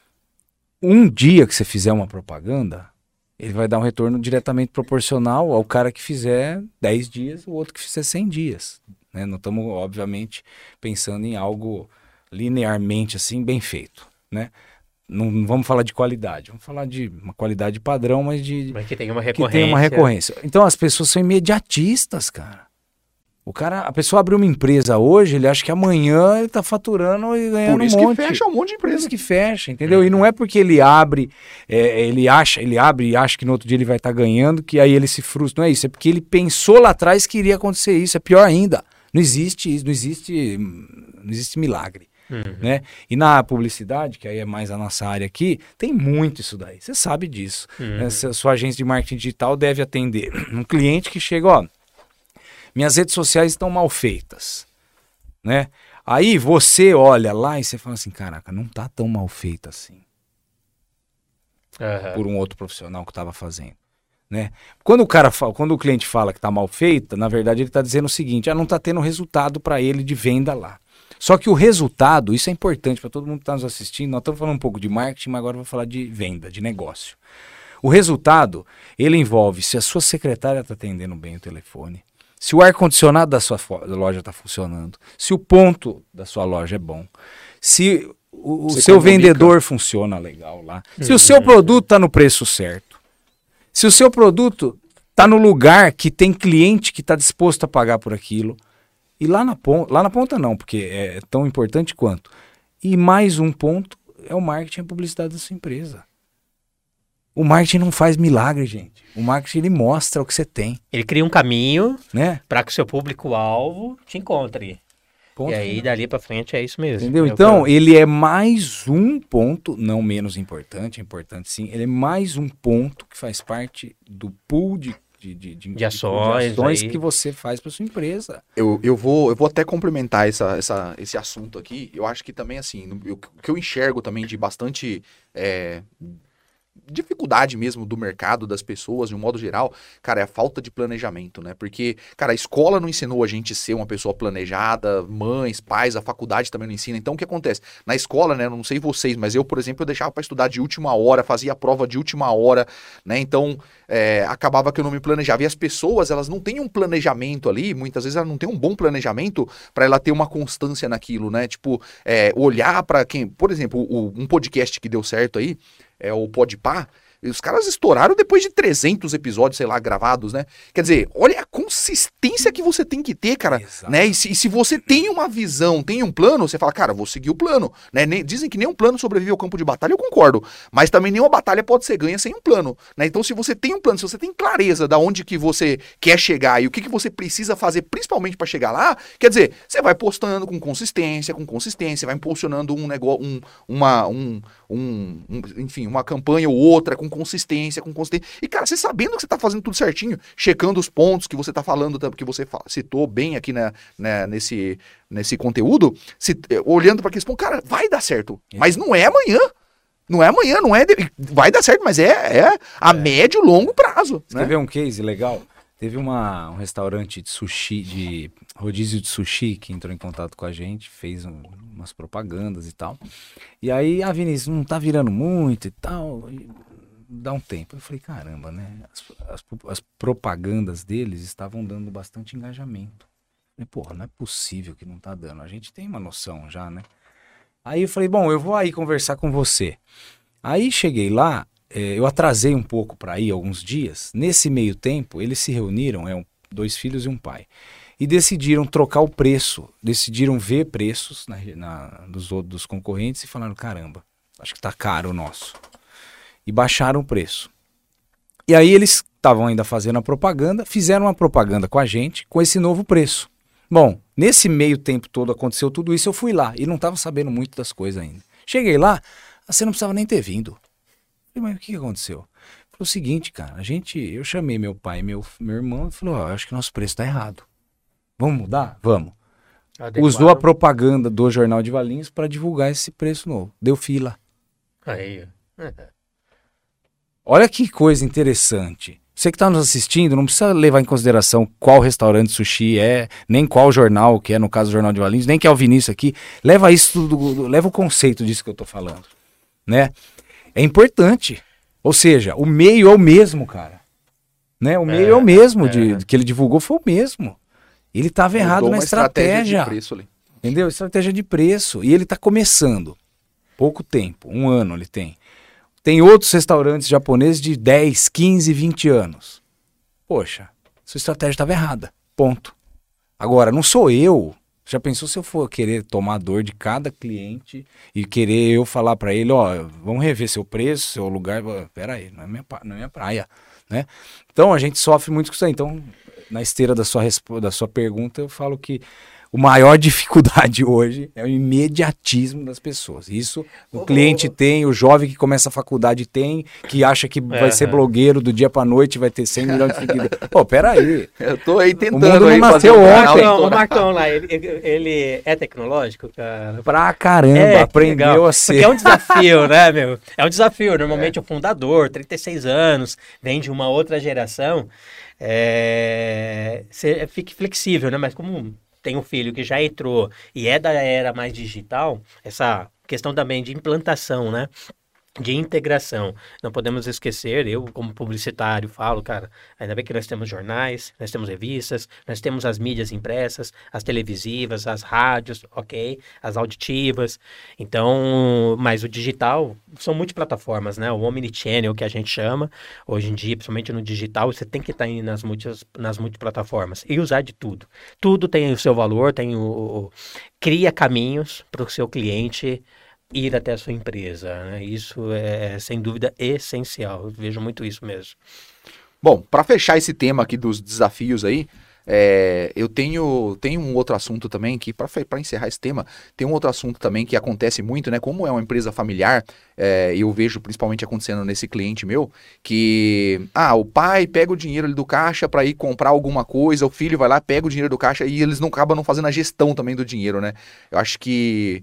[SPEAKER 2] um dia que você fizer uma propaganda, ele vai dar um retorno diretamente proporcional ao cara que fizer dez dias, o outro que fizer cem dias. Né? Não estamos, obviamente, pensando em algo linearmente assim, bem feito. Né? Não, não vamos falar de qualidade, vamos falar de uma qualidade padrão, mas de
[SPEAKER 3] mas que tem uma recorrência.
[SPEAKER 2] Que tem uma recorrência. Então as pessoas são imediatistas, cara. O cara, a pessoa abre uma empresa hoje, ele acha que amanhã ele tá faturando e ganhando um monte.
[SPEAKER 1] Por isso que fecha um monte de empresa.
[SPEAKER 2] Por isso que fecha, entendeu? Uhum. E não é porque ele abre, é, ele acha, ele abre e acha que no outro dia ele vai estar tá ganhando, que aí ele se frustra. Não é isso, é porque ele pensou lá atrás que iria acontecer isso. É pior ainda. Não existe isso, não existe, não existe milagre. Uhum. Né? E na publicidade, que aí é mais a nossa área aqui, tem muito isso daí. Você sabe disso. Uhum. Né? Se a sua agência de marketing digital deve atender um cliente que chega, ó, minhas redes sociais estão mal feitas, né? Aí você olha lá e você fala assim, caraca, não tá tão mal feita assim. Uhum. Por um outro profissional que estava fazendo, né? Quando o cara fala, quando o cliente fala que tá mal feita, na verdade ele está dizendo o seguinte, ah, não tá tendo resultado para ele de venda lá. Só que o resultado, isso é importante para todo mundo que está nos assistindo, nós estamos falando um pouco de marketing, mas agora eu vou falar de venda, de negócio. O resultado, ele envolve se a sua secretária está atendendo bem o telefone, se o ar-condicionado da sua loja está funcionando, se o ponto da sua loja é bom, se o, o seu comunica. Vendedor funciona legal lá. Se uhum. o seu produto está no preço certo, se o seu produto está no lugar que tem cliente que está disposto a pagar por aquilo, e lá na ponta, lá na ponta não, porque é tão importante quanto. E mais um ponto é o marketing e a publicidade da sua empresa. O marketing não faz milagre, gente. O marketing, ele mostra o que você tem.
[SPEAKER 3] Ele cria um caminho,
[SPEAKER 2] né,
[SPEAKER 3] para que o seu público-alvo te encontre. Ponto, e aí, né? Dali para frente, é isso mesmo.
[SPEAKER 2] Entendeu?
[SPEAKER 3] É
[SPEAKER 2] então,
[SPEAKER 3] eu...
[SPEAKER 2] ele é mais um ponto, não menos importante, é importante sim, ele é mais um ponto que faz parte do pool de, de, de, de,
[SPEAKER 3] de ações,
[SPEAKER 2] de ações que você faz para sua empresa.
[SPEAKER 1] Eu, eu, vou, eu vou até complementar essa, essa, esse assunto aqui. Eu acho que também, assim, o que eu enxergo também de bastante... É, dificuldade mesmo do mercado, das pessoas, de um modo geral, cara, é a falta de planejamento, né? Porque, cara, a escola não ensinou a gente a ser uma pessoa planejada, mães, pais, a faculdade também não ensina. Então, o que acontece? Na escola, né, eu não sei vocês, mas eu, por exemplo, eu deixava para estudar de última hora, fazia a prova de última hora, né? Então, é, acabava que eu não me planejava. E as pessoas, elas não têm um planejamento ali, muitas vezes elas não têm um bom planejamento para ela ter uma constância naquilo, né? Tipo, é, olhar para quem... Por exemplo, o, um podcast que deu certo aí, é o Podpah, os caras estouraram depois de trezentos episódios, sei lá, gravados, né? Quer dizer, olha a consistência que você tem que ter, cara, exato, né? E se, e se você tem uma visão, tem um plano, você fala, cara, vou seguir o plano, né? Nem, dizem que nenhum plano sobrevive ao campo de batalha, eu concordo, mas também nenhuma batalha pode ser ganha sem um plano, né? Então, se você tem um plano, se você tem clareza da onde que você quer chegar e o que que você precisa fazer, principalmente para chegar lá, quer dizer, você vai postando com consistência, com consistência, vai impulsionando um negócio, um, uma, um, um, um, enfim, uma campanha ou outra com consistência, com consistência. E, cara, você sabendo que você tá fazendo tudo certinho, checando os pontos que você tá falando, que você citou bem aqui, né, né, nesse, nesse conteúdo, se, olhando para aqueles pontos, cara, vai dar certo. Mas não é amanhã. Não é amanhã, não é... De... Vai dar certo, mas é, é a é. médio e longo prazo.
[SPEAKER 2] Você né? quer ver um case legal? Teve uma, um restaurante de sushi, de rodízio de sushi, que entrou em contato com a gente, fez um, umas propagandas e tal. E aí, a Vinícius, não tá virando muito e tal... E... dá um tempo. Eu falei, caramba, né? As, as, as propagandas deles estavam dando bastante engajamento. Eu falei, porra, não é possível que não tá dando. A gente tem uma noção já, né? Aí eu falei, bom, eu vou aí conversar com você. Aí cheguei lá, é, eu atrasei um pouco para ir alguns dias. Nesse meio tempo, eles se reuniram, é um, dois filhos e um pai. E decidiram trocar o preço. Decidiram ver preços na, na, dos, dos concorrentes e falaram, caramba, acho que tá caro o nosso. E baixaram o preço. E aí eles estavam ainda fazendo a propaganda, fizeram uma propaganda com a gente com esse novo preço. Bom, nesse meio tempo todo aconteceu tudo isso, eu fui lá e não estava sabendo muito das coisas ainda. Cheguei lá, você não precisava nem ter vindo. Falei, mas o que aconteceu? Falei, o seguinte, cara, a gente, eu chamei meu pai e meu, meu irmão e falei, ó, oh, acho que nosso preço está errado. Vamos mudar? Vamos. Adequado. Usou a propaganda do Jornal de Valinhos para divulgar esse preço novo. Deu fila.
[SPEAKER 3] Aí,
[SPEAKER 2] olha que coisa interessante. Você que está nos assistindo, não precisa levar em consideração qual restaurante sushi é, nem qual jornal, que é no caso o Jornal de Valinhos, nem que é o Vinícius aqui. Leva isso tudo, leva o conceito disso que eu estou falando, né? É importante. Ou seja, o meio é o mesmo, cara. Né? O meio é, é o mesmo, é. De, que ele divulgou foi o mesmo. Ele estava errado na estratégia. estratégia de preço ali. Entendeu? Estratégia de preço. E ele está começando. Pouco tempo, um ano ele tem. Tem outros restaurantes japoneses de dez, quinze, vinte anos. Poxa, sua estratégia estava errada. Ponto. Agora, não sou eu. Já pensou se eu for querer tomar a dor de cada cliente e querer eu falar para ele, ó, vamos rever seu preço, seu lugar. Pera aí, não é minha, não é minha praia, né? Então, a gente sofre muito com isso aí. Então, na esteira da sua, da sua pergunta, eu falo que a maior dificuldade hoje é o imediatismo das pessoas. Isso o oh, cliente oh, oh. tem, o jovem que começa a faculdade tem, que acha que é, vai ser é. blogueiro do dia pra noite, vai ter cem milhões de seguidores. Pô, peraí.
[SPEAKER 1] Eu tô aí tentando.
[SPEAKER 2] O mundo não nasceu ontem.
[SPEAKER 3] Não, o Marcão lá, ele, ele é tecnológico, cara?
[SPEAKER 2] Pra caramba, é, aprendeu legal. a ser. Porque
[SPEAKER 3] é um desafio, né, meu? É um desafio. Normalmente é. o fundador, trinta e seis anos, vem de uma outra geração, é... você fique flexível, né? Mas como tem um filho que já entrou e é da era mais digital, essa questão também de implantação, né? de integração. Não podemos esquecer, eu como publicitário falo, cara, ainda bem que nós temos jornais, nós temos revistas, nós temos as mídias impressas, as televisivas, as rádios, ok, as auditivas. Então, mas o digital são multiplataformas, né? O omnichannel que a gente chama, hoje em dia, principalmente no digital, você tem que estar indo nas, multi, nas multiplataformas e usar de tudo. Tudo tem o seu valor, tem o, o cria caminhos para o seu cliente ir até a sua empresa, né? Isso é, sem dúvida, essencial. Eu vejo muito isso mesmo.
[SPEAKER 1] Bom, para fechar esse tema aqui dos desafios aí, é, eu tenho, tenho um outro assunto também que, para encerrar esse tema, tem um outro assunto também que acontece muito, né? Como é uma empresa familiar, é, eu vejo principalmente acontecendo nesse cliente meu, que, ah, o pai pega o dinheiro ali do caixa para ir comprar alguma coisa, o filho vai lá, pega o dinheiro do caixa e eles não acabam não fazendo a gestão também do dinheiro, né? Eu acho que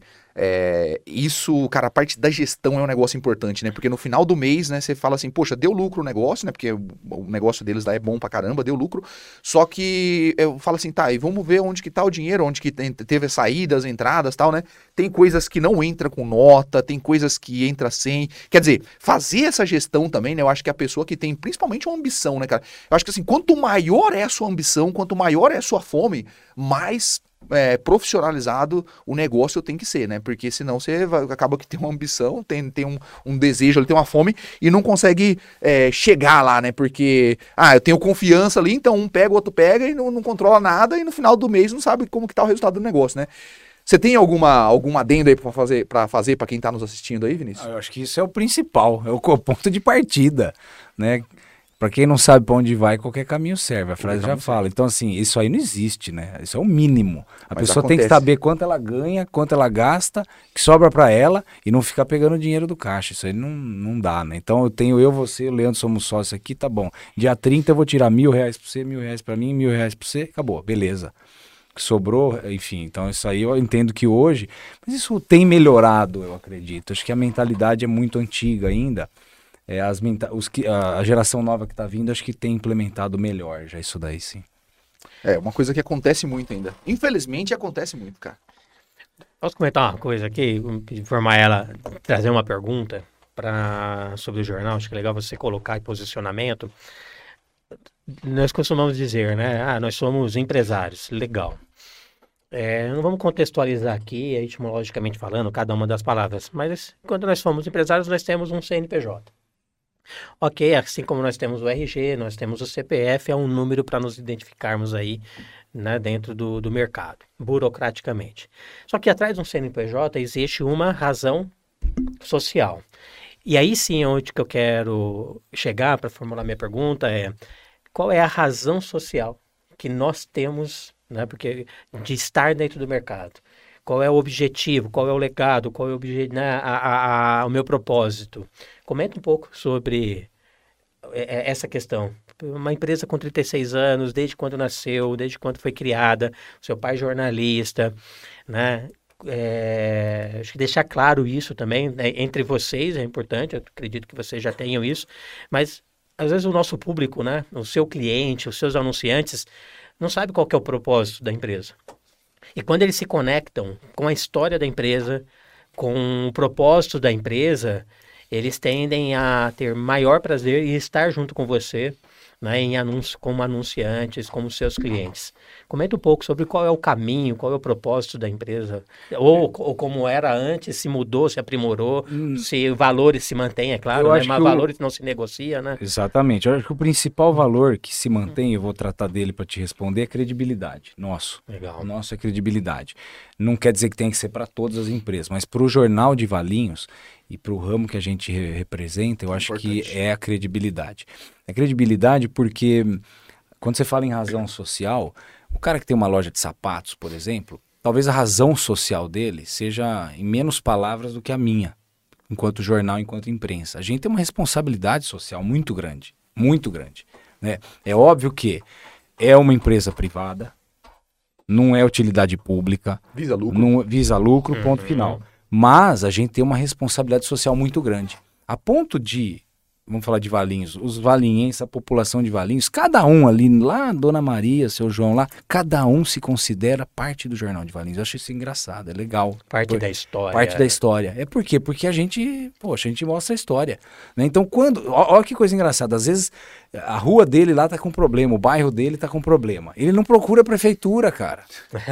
[SPEAKER 1] É, isso, cara, a parte da gestão é um negócio importante, né? Porque no final do mês, né, você fala assim, poxa, deu lucro o negócio, né? Porque o, o negócio deles lá é bom pra caramba, deu lucro. Só que eu falo assim, tá, e vamos ver onde que tá o dinheiro, onde que tem, teve as saídas, entradas e tal, né? Tem coisas que não entra com nota, tem coisas que entra sem. Quer dizer, fazer essa gestão também, né? Eu acho que a pessoa que tem principalmente uma ambição, né, cara? Eu acho que assim, quanto maior é a sua ambição, quanto maior é a sua fome, mais É, profissionalizado o negócio tem que ser, né? Porque senão você vai, acaba que tem uma ambição, tem, tem um, um desejo, tem uma fome e não consegue é, chegar lá, né? Porque, ah, eu tenho confiança ali, então um pega, o outro pega e não, não controla nada e no final do mês não sabe como que tá o resultado do negócio, né? Você tem alguma, alguma adenda aí para fazer para fazer para quem tá nos assistindo aí, Vinícius?
[SPEAKER 2] Ah, eu acho que isso é o principal, é o ponto de partida, né? Para quem não sabe para onde vai, qualquer caminho serve. A frase já fala. Então, assim, isso aí não existe, né? Isso é o mínimo. A Mas pessoa acontece. Tem que saber quanto ela ganha, quanto ela gasta, que sobra para ela e não ficar pegando dinheiro do caixa. Isso aí não, não dá, né? Então, eu tenho eu, você, o Leandro, somos sócios aqui, tá bom. Dia trinta eu vou tirar mil reais para você, mil reais para mim, mil reais para você, acabou, beleza. Que sobrou, enfim. Então, isso aí eu entendo que hoje... Mas isso tem melhorado, eu acredito. Acho que a mentalidade é muito antiga ainda. É, as menta- os que, a, a geração nova que está vindo, acho que tem implementado melhor já isso daí, sim.
[SPEAKER 1] É, uma coisa que acontece muito ainda. Infelizmente, acontece muito, cara.
[SPEAKER 3] Posso comentar uma coisa aqui? Informar ela, trazer uma pergunta pra, sobre o jornal. Acho que é legal você colocar em posicionamento. Nós costumamos dizer, né? Ah, nós somos empresários. Legal. É, não vamos contextualizar aqui, etimologicamente falando, cada uma das palavras. Mas quando nós somos empresários, nós temos um C N P J. Ok, assim como nós temos o R G, nós temos o C P F, é um número para nos identificarmos aí, né, dentro do, do mercado, burocraticamente. Só que atrás de um C N P J existe uma razão social. E aí sim, onde que eu quero chegar para formular minha pergunta é, qual é a razão social que nós temos, né, porque, de estar dentro do mercado? Qual é o objetivo, qual é o legado, qual é o, obje- né, a, a, a, o meu propósito? Comenta um pouco sobre essa questão. Uma empresa com trinta e seis anos, desde quando nasceu, desde quando foi criada, seu pai jornalista, né? É, acho que deixar claro isso também, né, entre vocês é importante, eu acredito que vocês já tenham isso, mas às vezes o nosso público, né, o seu cliente, os seus anunciantes, não sabe qual que é o propósito da empresa. E quando eles se conectam com a história da empresa, com o propósito da empresa, eles tendem a ter maior prazer em estar junto com você, né, em anúncio, como anunciantes, como seus clientes. Comenta um pouco sobre qual é o caminho, qual é o propósito da empresa, ou, ou como era antes, se mudou, se aprimorou, hum. se valores se mantêm, é claro, né, mas valores o... não se negocia, né?
[SPEAKER 2] Exatamente. Eu acho que o principal valor que se mantém, eu vou tratar dele para te responder, é credibilidade. Nosso.
[SPEAKER 3] Legal.
[SPEAKER 2] Nosso é credibilidade. Não quer dizer que tem que ser para todas as empresas, mas para o Jornal de Valinhos e para o ramo que a gente re- representa, eu acho Importante. que é a credibilidade. É credibilidade porque quando você fala em razão social, o cara que tem uma loja de sapatos, por exemplo, talvez a razão social dele seja em menos palavras do que a minha, enquanto jornal, enquanto imprensa. A gente tem uma responsabilidade social muito grande, muito grande, né? É óbvio que é uma empresa privada, não é utilidade pública,
[SPEAKER 1] visa lucro,
[SPEAKER 2] não, visa lucro, ponto
[SPEAKER 3] uhum.
[SPEAKER 2] final. Mas a gente tem uma responsabilidade social muito grande, a ponto de vamos falar de Valinhos, os valinhenses, a população de Valinhos, cada um ali, lá, Dona Maria, seu João lá, cada um se considera parte do Jornal de Valinhos. Eu acho isso engraçado, é legal.
[SPEAKER 3] Parte
[SPEAKER 2] Por,
[SPEAKER 3] da história.
[SPEAKER 2] Parte da história. É por quê? Porque a gente, poxa, a gente mostra a história. Né? Então, quando, ó, ó que coisa engraçada, às vezes a rua dele lá tá com problema, o bairro dele tá com problema. Ele não procura a prefeitura, cara.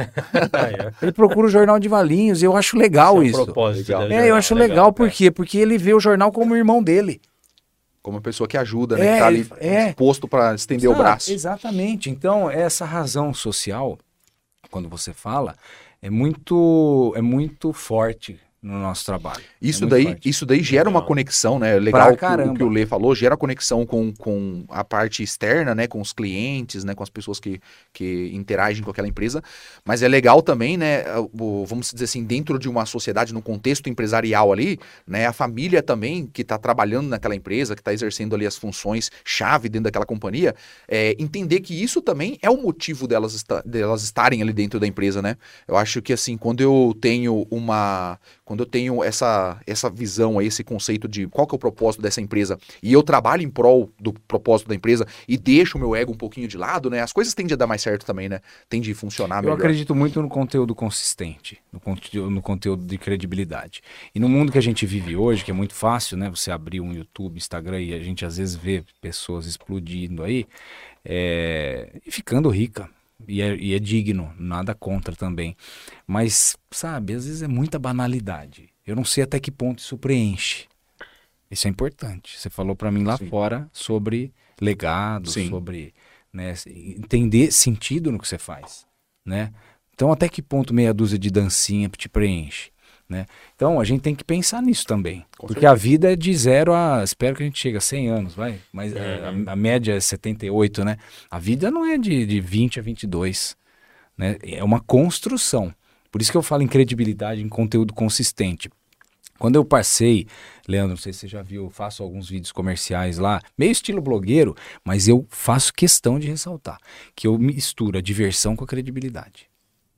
[SPEAKER 2] Ele procura o Jornal de Valinhos, e eu acho legal isso. É, um
[SPEAKER 3] propósito
[SPEAKER 2] legal. é eu acho legal, legal por quê? Porque ele vê o jornal como o irmão dele.
[SPEAKER 1] Como uma pessoa que ajuda, né?
[SPEAKER 2] É,
[SPEAKER 1] que tá ali
[SPEAKER 2] é.
[SPEAKER 1] disposto para estender
[SPEAKER 2] Sabe,
[SPEAKER 1] o braço.
[SPEAKER 2] Exatamente. Então, essa razão social, quando você fala, é muito, é muito forte no nosso trabalho.
[SPEAKER 1] Isso,
[SPEAKER 2] é
[SPEAKER 1] daí, isso daí gera uma conexão, né? Legal que, o que o Lê falou, gera conexão com, com a parte externa, né? Com os clientes, né? Com as pessoas que, que interagem com aquela empresa. Mas é legal também, né? Vamos dizer assim, dentro de uma sociedade, no contexto empresarial ali, né? A família também, que está trabalhando naquela empresa, que está exercendo ali as funções chave dentro daquela companhia, é, entender que isso também é o motivo delas, esta, delas estarem ali dentro da empresa, né? Eu acho que assim, quando eu tenho uma... Quando eu tenho essa, essa visão, aí, esse conceito de qual que é o propósito dessa empresa, e eu trabalho em prol do propósito da empresa e deixo o meu ego um pouquinho de lado, né? As coisas tendem a dar mais certo também, né? Tende a funcionar melhor.
[SPEAKER 2] Eu acredito muito no conteúdo consistente, no conteúdo, no conteúdo de credibilidade. E no mundo que a gente vive hoje, que é muito fácil, né? Você abrir um YouTube, Instagram, e a gente às vezes vê pessoas explodindo aí, é... e ficando rica. E é, e é digno, nada contra também. Mas, sabe, às vezes é muita banalidade. Eu não sei até que ponto isso preenche. Isso é importante. Você falou para mim lá Sim. fora sobre legado, Sim. sobre né, entender sentido no que você faz. Né? Então, até que ponto meia dúzia de dancinha te preenche? Né? Então, a gente tem que pensar nisso também. Com porque certeza. A vida é de zero a... Espero que a gente chegue a cem anos, vai. Mas uhum. a, a média é setenta e oito, né? A vida não é de, de vinte a vinte e dois. Né? É uma construção. Por isso que eu falo em credibilidade, em conteúdo consistente. Quando eu passei, Leandro, não sei se você já viu, eu faço alguns vídeos comerciais lá, meio estilo blogueiro, mas eu faço questão de ressaltar que eu misturo a diversão com a credibilidade.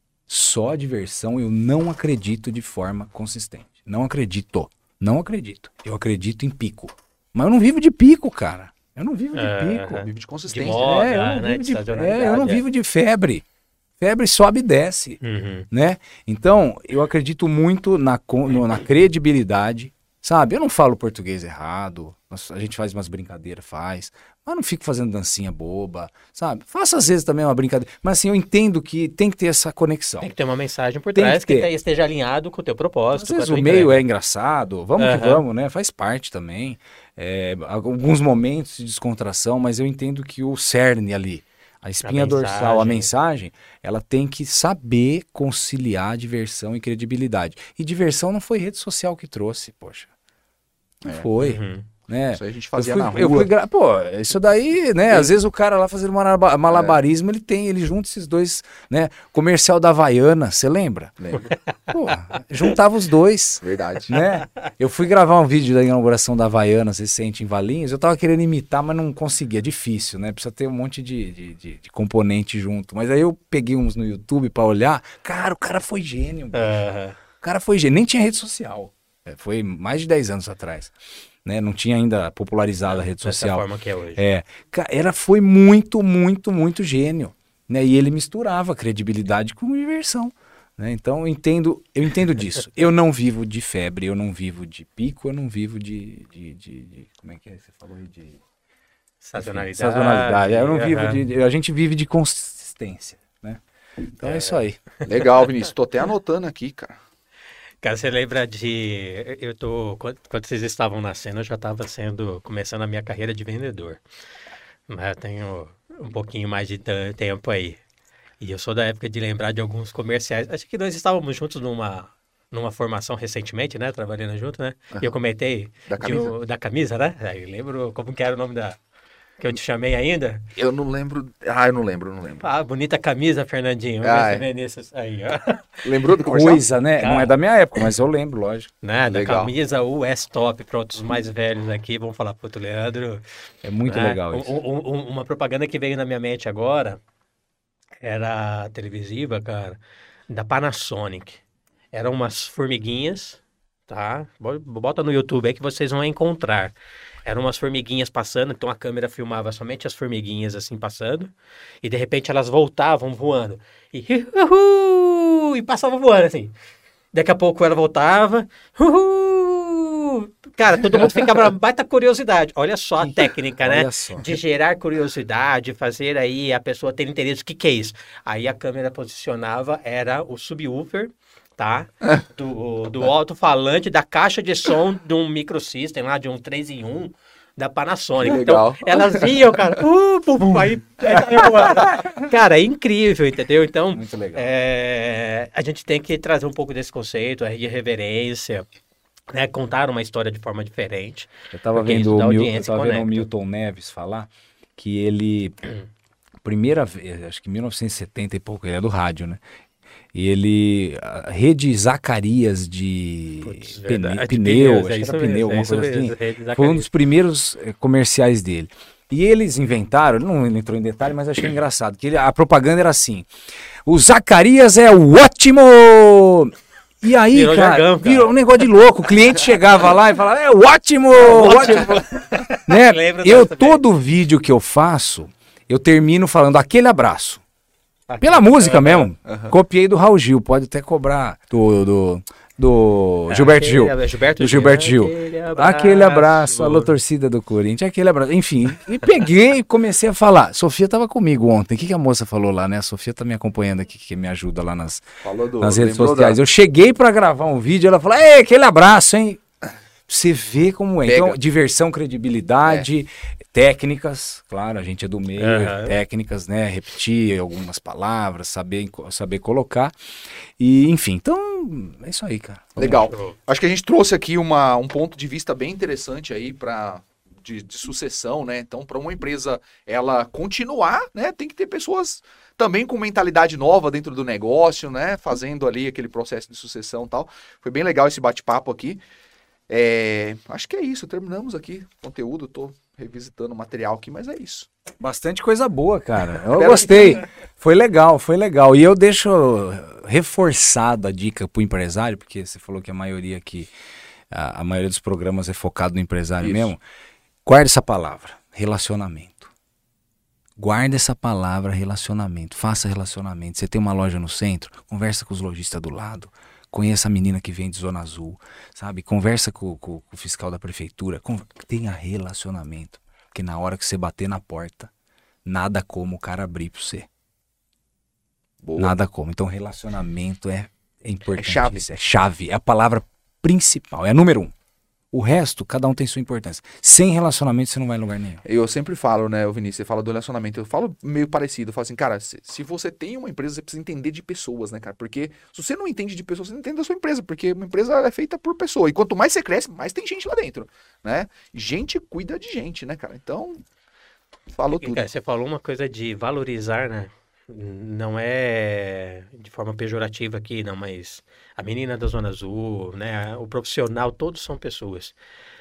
[SPEAKER 2] Só a diversão eu não acredito de forma consistente. Não acredito. Não acredito. Eu acredito em pico. Mas eu não vivo de pico, cara. Eu não vivo de
[SPEAKER 3] é,
[SPEAKER 2] pico.
[SPEAKER 3] Eu
[SPEAKER 1] vivo de consistência.
[SPEAKER 3] De moda,
[SPEAKER 2] é, eu não,
[SPEAKER 3] né,
[SPEAKER 2] vivo,
[SPEAKER 3] de
[SPEAKER 2] de, é, eu não é. vivo de febre. Febre sobe e desce.
[SPEAKER 3] Uhum.
[SPEAKER 2] Né? Então, eu acredito muito na, no, na credibilidade. Sabe? Eu não falo português errado. A gente faz umas brincadeiras, faz. Mas não fico fazendo dancinha boba, sabe? Faço às vezes também uma brincadeira. Mas assim, eu entendo que tem que ter essa conexão.
[SPEAKER 3] Tem que ter uma mensagem por trás que, que esteja alinhado com o teu propósito.
[SPEAKER 2] Às vezes o meio é engraçado, vamos uhum. que vamos, né? Faz parte também. É, alguns momentos de descontração, mas eu entendo que o cerne ali, a espinha a dorsal, a mensagem, ela tem que saber conciliar diversão e credibilidade. E diversão não foi rede social que trouxe, poxa. Não é. foi.
[SPEAKER 1] Uhum.
[SPEAKER 2] Né?
[SPEAKER 1] Isso aí a gente fazia
[SPEAKER 2] eu fui,
[SPEAKER 1] na rua.
[SPEAKER 2] Eu fui gra... Pô, isso daí, né? Às vezes o cara lá fazendo malabarismo, é. ele tem, ele junta esses dois, né? Comercial da Havaiana, você lembra?
[SPEAKER 1] Lembro.
[SPEAKER 2] Pô, juntava os dois.
[SPEAKER 1] Verdade.
[SPEAKER 2] Né? Eu fui gravar um vídeo da inauguração da Havaiana, você sente em Valinhos, eu tava querendo imitar, mas não conseguia, difícil, né? Precisa ter um monte de, de, de, de componente junto. Mas aí eu peguei uns no YouTube pra olhar, cara, o cara foi gênio.
[SPEAKER 3] Uhum.
[SPEAKER 2] O cara foi gênio, nem tinha rede social. Foi mais de dez anos atrás. Né? Não tinha ainda popularizado
[SPEAKER 3] não,
[SPEAKER 2] a rede social.
[SPEAKER 3] Dessa forma que é hoje.
[SPEAKER 2] É, era, foi muito, muito, muito gênio. Né? E ele misturava credibilidade com diversão. Né? Então eu entendo, eu entendo disso. Eu não vivo de febre, eu não vivo de pico, eu não vivo de... de, de, de como é que é que você falou aí? De...
[SPEAKER 3] Sazonalidade.
[SPEAKER 2] Sazonalidade. Eu não uhum. vivo de... A gente vive de consistência. Né? Então é. é isso aí.
[SPEAKER 1] Legal, Vinícius. Tô até anotando aqui, cara.
[SPEAKER 3] Cara, você lembra de... Eu tô... Quando, quando vocês estavam nascendo, eu já estava sendo... Começando a minha carreira de vendedor. Mas eu tenho um pouquinho mais de tempo aí. E eu sou da época de lembrar de alguns comerciais. Acho que nós estávamos juntos numa, numa formação recentemente, né? Trabalhando junto, né? Uhum. E eu comentei...
[SPEAKER 1] Da camisa?
[SPEAKER 3] De, da camisa, né? Aí lembro como que era o nome da... Que eu te chamei ainda?
[SPEAKER 1] Eu não lembro. Ah, eu não lembro, eu não lembro.
[SPEAKER 3] Ah, bonita camisa, Fernandinho. Vamos ah, ver se é. aí, ó.
[SPEAKER 1] Lembrou do comercial?
[SPEAKER 2] Coisa, né? Cara, não é da minha época, mas eu lembro, lógico.
[SPEAKER 3] Né? Da legal. Camisa U S Top, pronto, os mais velhos aqui, vamos falar pro Leandro.
[SPEAKER 2] É muito né? legal isso.
[SPEAKER 3] Um, um, uma propaganda que veio na minha mente agora, era televisiva, cara, da Panasonic. Eram umas formiguinhas tá? Bota no YouTube aí que vocês vão encontrar. Eram umas formiguinhas passando, então a câmera filmava somente as formiguinhas assim passando, e de repente elas voltavam voando. E, uhul, e passavam voando assim. Daqui a pouco ela voltava. Uhul. Cara, todo mundo ficava na baita curiosidade. Olha só a técnica, né? De gerar curiosidade, fazer aí a pessoa ter interesse. O que que é isso? Aí a câmera posicionava, era o subwoofer, tá? Do, do alto-falante, da caixa de som de um microsystem lá, de um três em um, da Panasonic.
[SPEAKER 1] Legal.
[SPEAKER 3] Então, elas viam, cara, uh, pum, aí, cara, é incrível, entendeu? Então,
[SPEAKER 2] muito legal.
[SPEAKER 3] É, a gente tem que trazer um pouco desse conceito, de reverência, né? Contar uma história de forma diferente.
[SPEAKER 2] Eu tava vendo o Mil, eu tava vendo o Milton Neves falar que ele, primeira vez, acho que em mil novecentos e setenta e pouco, ele é do rádio, né? E ele, a rede Zacarias de
[SPEAKER 3] Puts,
[SPEAKER 2] pne,
[SPEAKER 3] verdade,
[SPEAKER 2] pneu,
[SPEAKER 3] pneus,
[SPEAKER 2] acho
[SPEAKER 3] é
[SPEAKER 2] que
[SPEAKER 3] isso
[SPEAKER 2] era pneu,
[SPEAKER 3] mesmo, é
[SPEAKER 2] alguma
[SPEAKER 3] isso
[SPEAKER 2] coisa
[SPEAKER 3] mesmo,
[SPEAKER 2] assim.
[SPEAKER 3] rede
[SPEAKER 2] Foi um
[SPEAKER 3] Zacarias.
[SPEAKER 2] dos primeiros eh, comerciais dele. E eles inventaram, não entrou em detalhe, mas achei engraçado, que ele, a propaganda era assim, o Zacarias é o ótimo... E aí,
[SPEAKER 3] Virou
[SPEAKER 2] cara,
[SPEAKER 3] jargão, cara.
[SPEAKER 2] virou um negócio de louco. O cliente chegava lá e falava, é o ótimo, ótimo. Né?
[SPEAKER 3] Lembro
[SPEAKER 2] Eu,
[SPEAKER 3] dessa também.
[SPEAKER 2] todo vídeo que eu faço, eu termino falando aquele abraço. Pela música mesmo.
[SPEAKER 1] Aham.
[SPEAKER 2] Copiei do Raul Gil, pode até cobrar do, do, do Gilberto Gil.
[SPEAKER 3] Aquele- Gilberto
[SPEAKER 2] Do
[SPEAKER 3] Gil.
[SPEAKER 2] Gilberto Gil.
[SPEAKER 3] Aquele abraço.
[SPEAKER 2] Aquele abraço, alô torcida do Corinthians, aquele abraço, enfim. E peguei e comecei a falar. Sofia estava comigo ontem. O que, que a moça falou lá, né? A Sofia tá me acompanhando aqui, que me ajuda lá nas,
[SPEAKER 1] Falou do,
[SPEAKER 2] nas redes
[SPEAKER 1] lembrou
[SPEAKER 2] sociais.
[SPEAKER 1] da-
[SPEAKER 2] Eu cheguei pra gravar um vídeo, ela falou, ei, aquele abraço, hein? Você vê como é.
[SPEAKER 1] Pega.
[SPEAKER 2] Então, diversão, credibilidade, técnicas, claro, a gente é do meio,
[SPEAKER 3] Aham.
[SPEAKER 2] técnicas, né? Repetir algumas palavras, saber, saber colocar. E, enfim, então, é isso aí, cara. Vamos
[SPEAKER 1] Legal.
[SPEAKER 3] Show.
[SPEAKER 1] Acho que a gente trouxe aqui uma, um ponto de vista bem interessante aí para de, de sucessão, né? Então, para uma empresa ela continuar, né, tem que ter pessoas também com mentalidade nova dentro do negócio, né, fazendo ali aquele processo de sucessão e tal. Foi bem legal esse bate-papo aqui. É, acho que é isso. Terminamos aqui o conteúdo. Tô revisitando o material aqui, mas é isso.
[SPEAKER 2] Bastante coisa boa, cara. Eu
[SPEAKER 1] Espero
[SPEAKER 2] gostei. Foi legal, foi legal. E eu deixo reforçado a dica pro empresário, porque você falou que a maioria aqui, a, a maioria dos programas é focado no empresário
[SPEAKER 1] Isso.
[SPEAKER 2] mesmo. Guarda essa palavra, relacionamento. Guarda essa palavra, relacionamento. Faça relacionamento. Você tem uma loja no centro, conversa com os lojistas do lado. Conheça a menina que vem de Zona Azul, sabe? Conversa com, com- com o fiscal da prefeitura. Con- Tenha relacionamento. Porque na hora que você bater na porta, nada como o cara abrir pra você.
[SPEAKER 1] Boa.
[SPEAKER 2] Nada como. Então, relacionamento é, é importante.
[SPEAKER 1] É chave.
[SPEAKER 2] É chave. É a palavra principal. É a número um. O resto, cada um tem sua importância. Sem relacionamento, você não vai em lugar nenhum.
[SPEAKER 1] Eu sempre falo, né, o Vinícius, você fala do relacionamento, eu falo meio parecido, eu falo assim, cara, se, se você tem uma empresa, você precisa entender de pessoas, né, cara, porque se você não entende de pessoas, você não entende da sua empresa, porque uma empresa é feita por pessoa, e quanto mais você cresce, mais tem gente lá dentro, né, gente cuida de gente, né, cara, então, falou
[SPEAKER 3] E,
[SPEAKER 1] tudo.
[SPEAKER 3] cara, você falou uma coisa de valorizar, né? Não é de forma pejorativa aqui, não, mas a menina da Zona Azul, né? O profissional, todos são pessoas.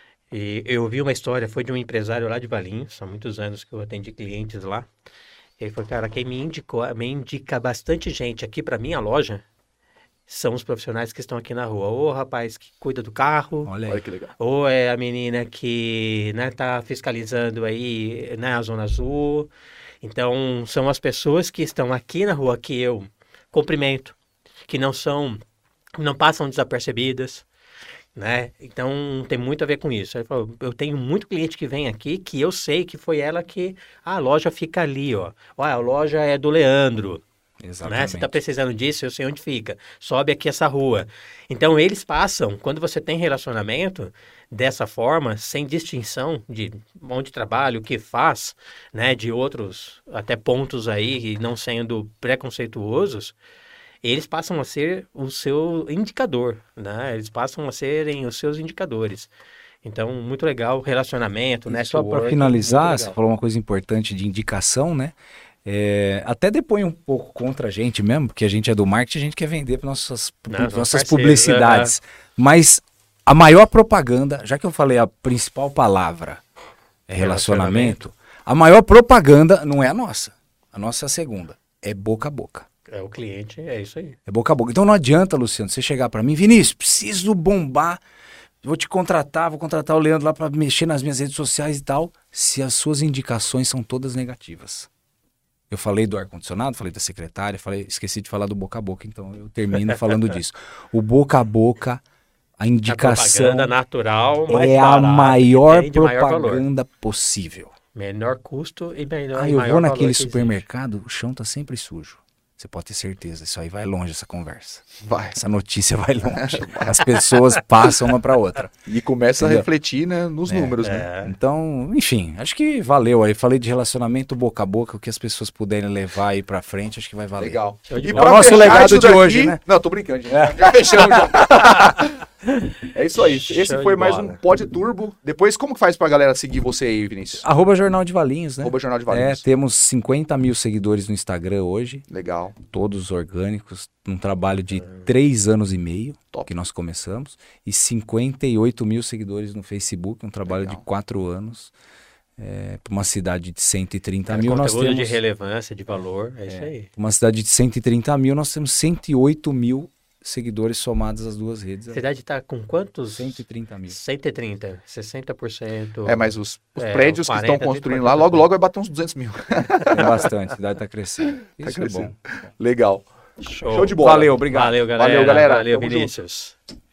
[SPEAKER 3] E eu vi uma história, foi de um empresário lá de Valinhos, há muitos anos que eu atendi clientes lá. Ele falou, cara, quem me indicou, me indica bastante gente aqui para minha loja são os profissionais que estão aqui na rua. Ou o rapaz que cuida do carro,
[SPEAKER 2] Olha aí.
[SPEAKER 1] Olha que legal.
[SPEAKER 3] ou é a menina que, né, tá fiscalizando aí, né, a Zona Azul. Então, são as pessoas que estão aqui na rua que eu cumprimento, que não são, não passam desapercebidas, né? Então, tem muito a ver com isso. Ele falou, eu tenho muito cliente que vem aqui que eu sei que foi ela que, ah, a loja fica ali, ó. Olha, a loja é do Leandro. Né? Você
[SPEAKER 2] Exatamente.
[SPEAKER 3] está precisando disso, eu sei onde fica. Sobe aqui essa rua. Então, eles passam, quando você tem relacionamento, dessa forma, sem distinção de onde trabalha, o que faz, né, de outros até pontos aí, e não sendo preconceituosos, eles passam a ser o seu indicador, né? Eles passam a serem os seus indicadores. Então, muito legal, relacionamento,
[SPEAKER 2] E
[SPEAKER 3] né?
[SPEAKER 2] só para finalizar, você falou uma coisa importante de indicação, né? É, até depõe um pouco contra a gente mesmo, porque a gente é do marketing, a gente quer vender para nossas,
[SPEAKER 3] Não,
[SPEAKER 2] nossas
[SPEAKER 3] são parceiros,
[SPEAKER 2] publicidades. Mas a maior propaganda, já que eu falei a principal palavra é relacionamento, a maior propaganda não é a nossa. A nossa é a segunda. É boca a boca.
[SPEAKER 3] É o cliente, é isso aí.
[SPEAKER 2] É boca a boca. Então não adianta, Luciano, você chegar para mim, Vinícius, preciso bombar, vou te contratar, vou contratar o Leandro lá para mexer nas minhas redes sociais e tal, se as suas indicações são todas negativas. Eu falei do ar-condicionado, falei da secretária, falei, esqueci de falar do boca a boca, então eu termino falando disso. O boca a boca, a indicação...
[SPEAKER 3] A propaganda natural, mais
[SPEAKER 2] é a
[SPEAKER 3] barata,
[SPEAKER 2] maior
[SPEAKER 3] que tem de maior
[SPEAKER 2] propaganda possível.
[SPEAKER 3] Menor custo e melhor
[SPEAKER 2] Ah,
[SPEAKER 3] e
[SPEAKER 2] eu
[SPEAKER 3] maior
[SPEAKER 2] vou
[SPEAKER 3] valor
[SPEAKER 2] naquele
[SPEAKER 3] que
[SPEAKER 2] supermercado, o chão tá sempre sujo. Você pode ter certeza, isso aí vai longe, essa conversa.
[SPEAKER 1] Vai.
[SPEAKER 2] Essa notícia vai longe. As pessoas passam uma para outra.
[SPEAKER 1] E começa
[SPEAKER 2] Entendeu?
[SPEAKER 1] a refletir, né, nos
[SPEAKER 2] É,
[SPEAKER 1] números, né?
[SPEAKER 3] É.
[SPEAKER 2] Então, enfim, acho que valeu aí. Falei de relacionamento boca a boca, o que as pessoas puderem levar aí pra frente, acho que vai valer.
[SPEAKER 1] Legal.
[SPEAKER 3] Show de
[SPEAKER 1] E
[SPEAKER 3] bola.
[SPEAKER 1] pra
[SPEAKER 2] É o nosso
[SPEAKER 1] fechar
[SPEAKER 2] legado
[SPEAKER 1] isso
[SPEAKER 2] de
[SPEAKER 1] daqui-
[SPEAKER 2] hoje, né?
[SPEAKER 1] Não, tô brincando, gente. Já fechamos já. É isso aí. Esse
[SPEAKER 3] Show
[SPEAKER 1] foi
[SPEAKER 3] de
[SPEAKER 1] mais
[SPEAKER 3] bola.
[SPEAKER 1] um Pod Turbo. Depois, como que faz pra galera seguir você aí, Vinícius?
[SPEAKER 2] Arroba Jornal de Valinhos, né?
[SPEAKER 1] Arroba Jornal de
[SPEAKER 2] É,
[SPEAKER 1] Valinhos.
[SPEAKER 2] temos cinquenta mil seguidores no Instagram hoje,
[SPEAKER 1] Legal.
[SPEAKER 2] todos orgânicos, um trabalho de três anos e meio
[SPEAKER 1] Top.
[SPEAKER 2] que nós começamos, e cinquenta e oito mil seguidores no Facebook, um trabalho
[SPEAKER 1] Legal.
[SPEAKER 2] de quatro anos, é, para uma cidade de cento e trinta
[SPEAKER 3] É,
[SPEAKER 2] mil, nós
[SPEAKER 3] conteúdo
[SPEAKER 2] temos...
[SPEAKER 3] de relevância, de valor, é, isso aí.
[SPEAKER 2] Uma cidade de cento e trinta mil, nós temos cento e oito mil seguidores somados às duas redes.
[SPEAKER 3] A cidade está com quantos?
[SPEAKER 2] cento e trinta mil.
[SPEAKER 3] cento e trinta, sessenta por cento.
[SPEAKER 1] É, mas os, os
[SPEAKER 3] É,
[SPEAKER 1] prédios
[SPEAKER 3] quarenta,
[SPEAKER 1] que estão construindo lá,
[SPEAKER 3] trinta,
[SPEAKER 1] logo, logo vai bater uns duzentos mil.
[SPEAKER 2] É bastante, a cidade está crescendo. Isso
[SPEAKER 1] crescendo.
[SPEAKER 2] é bom.
[SPEAKER 1] Legal.
[SPEAKER 3] Show.
[SPEAKER 1] Show de bola.
[SPEAKER 2] Valeu, obrigado.
[SPEAKER 3] Valeu, galera.
[SPEAKER 1] Valeu, galera.
[SPEAKER 3] Valeu,
[SPEAKER 1] Tamo junto.
[SPEAKER 3] Vinícius.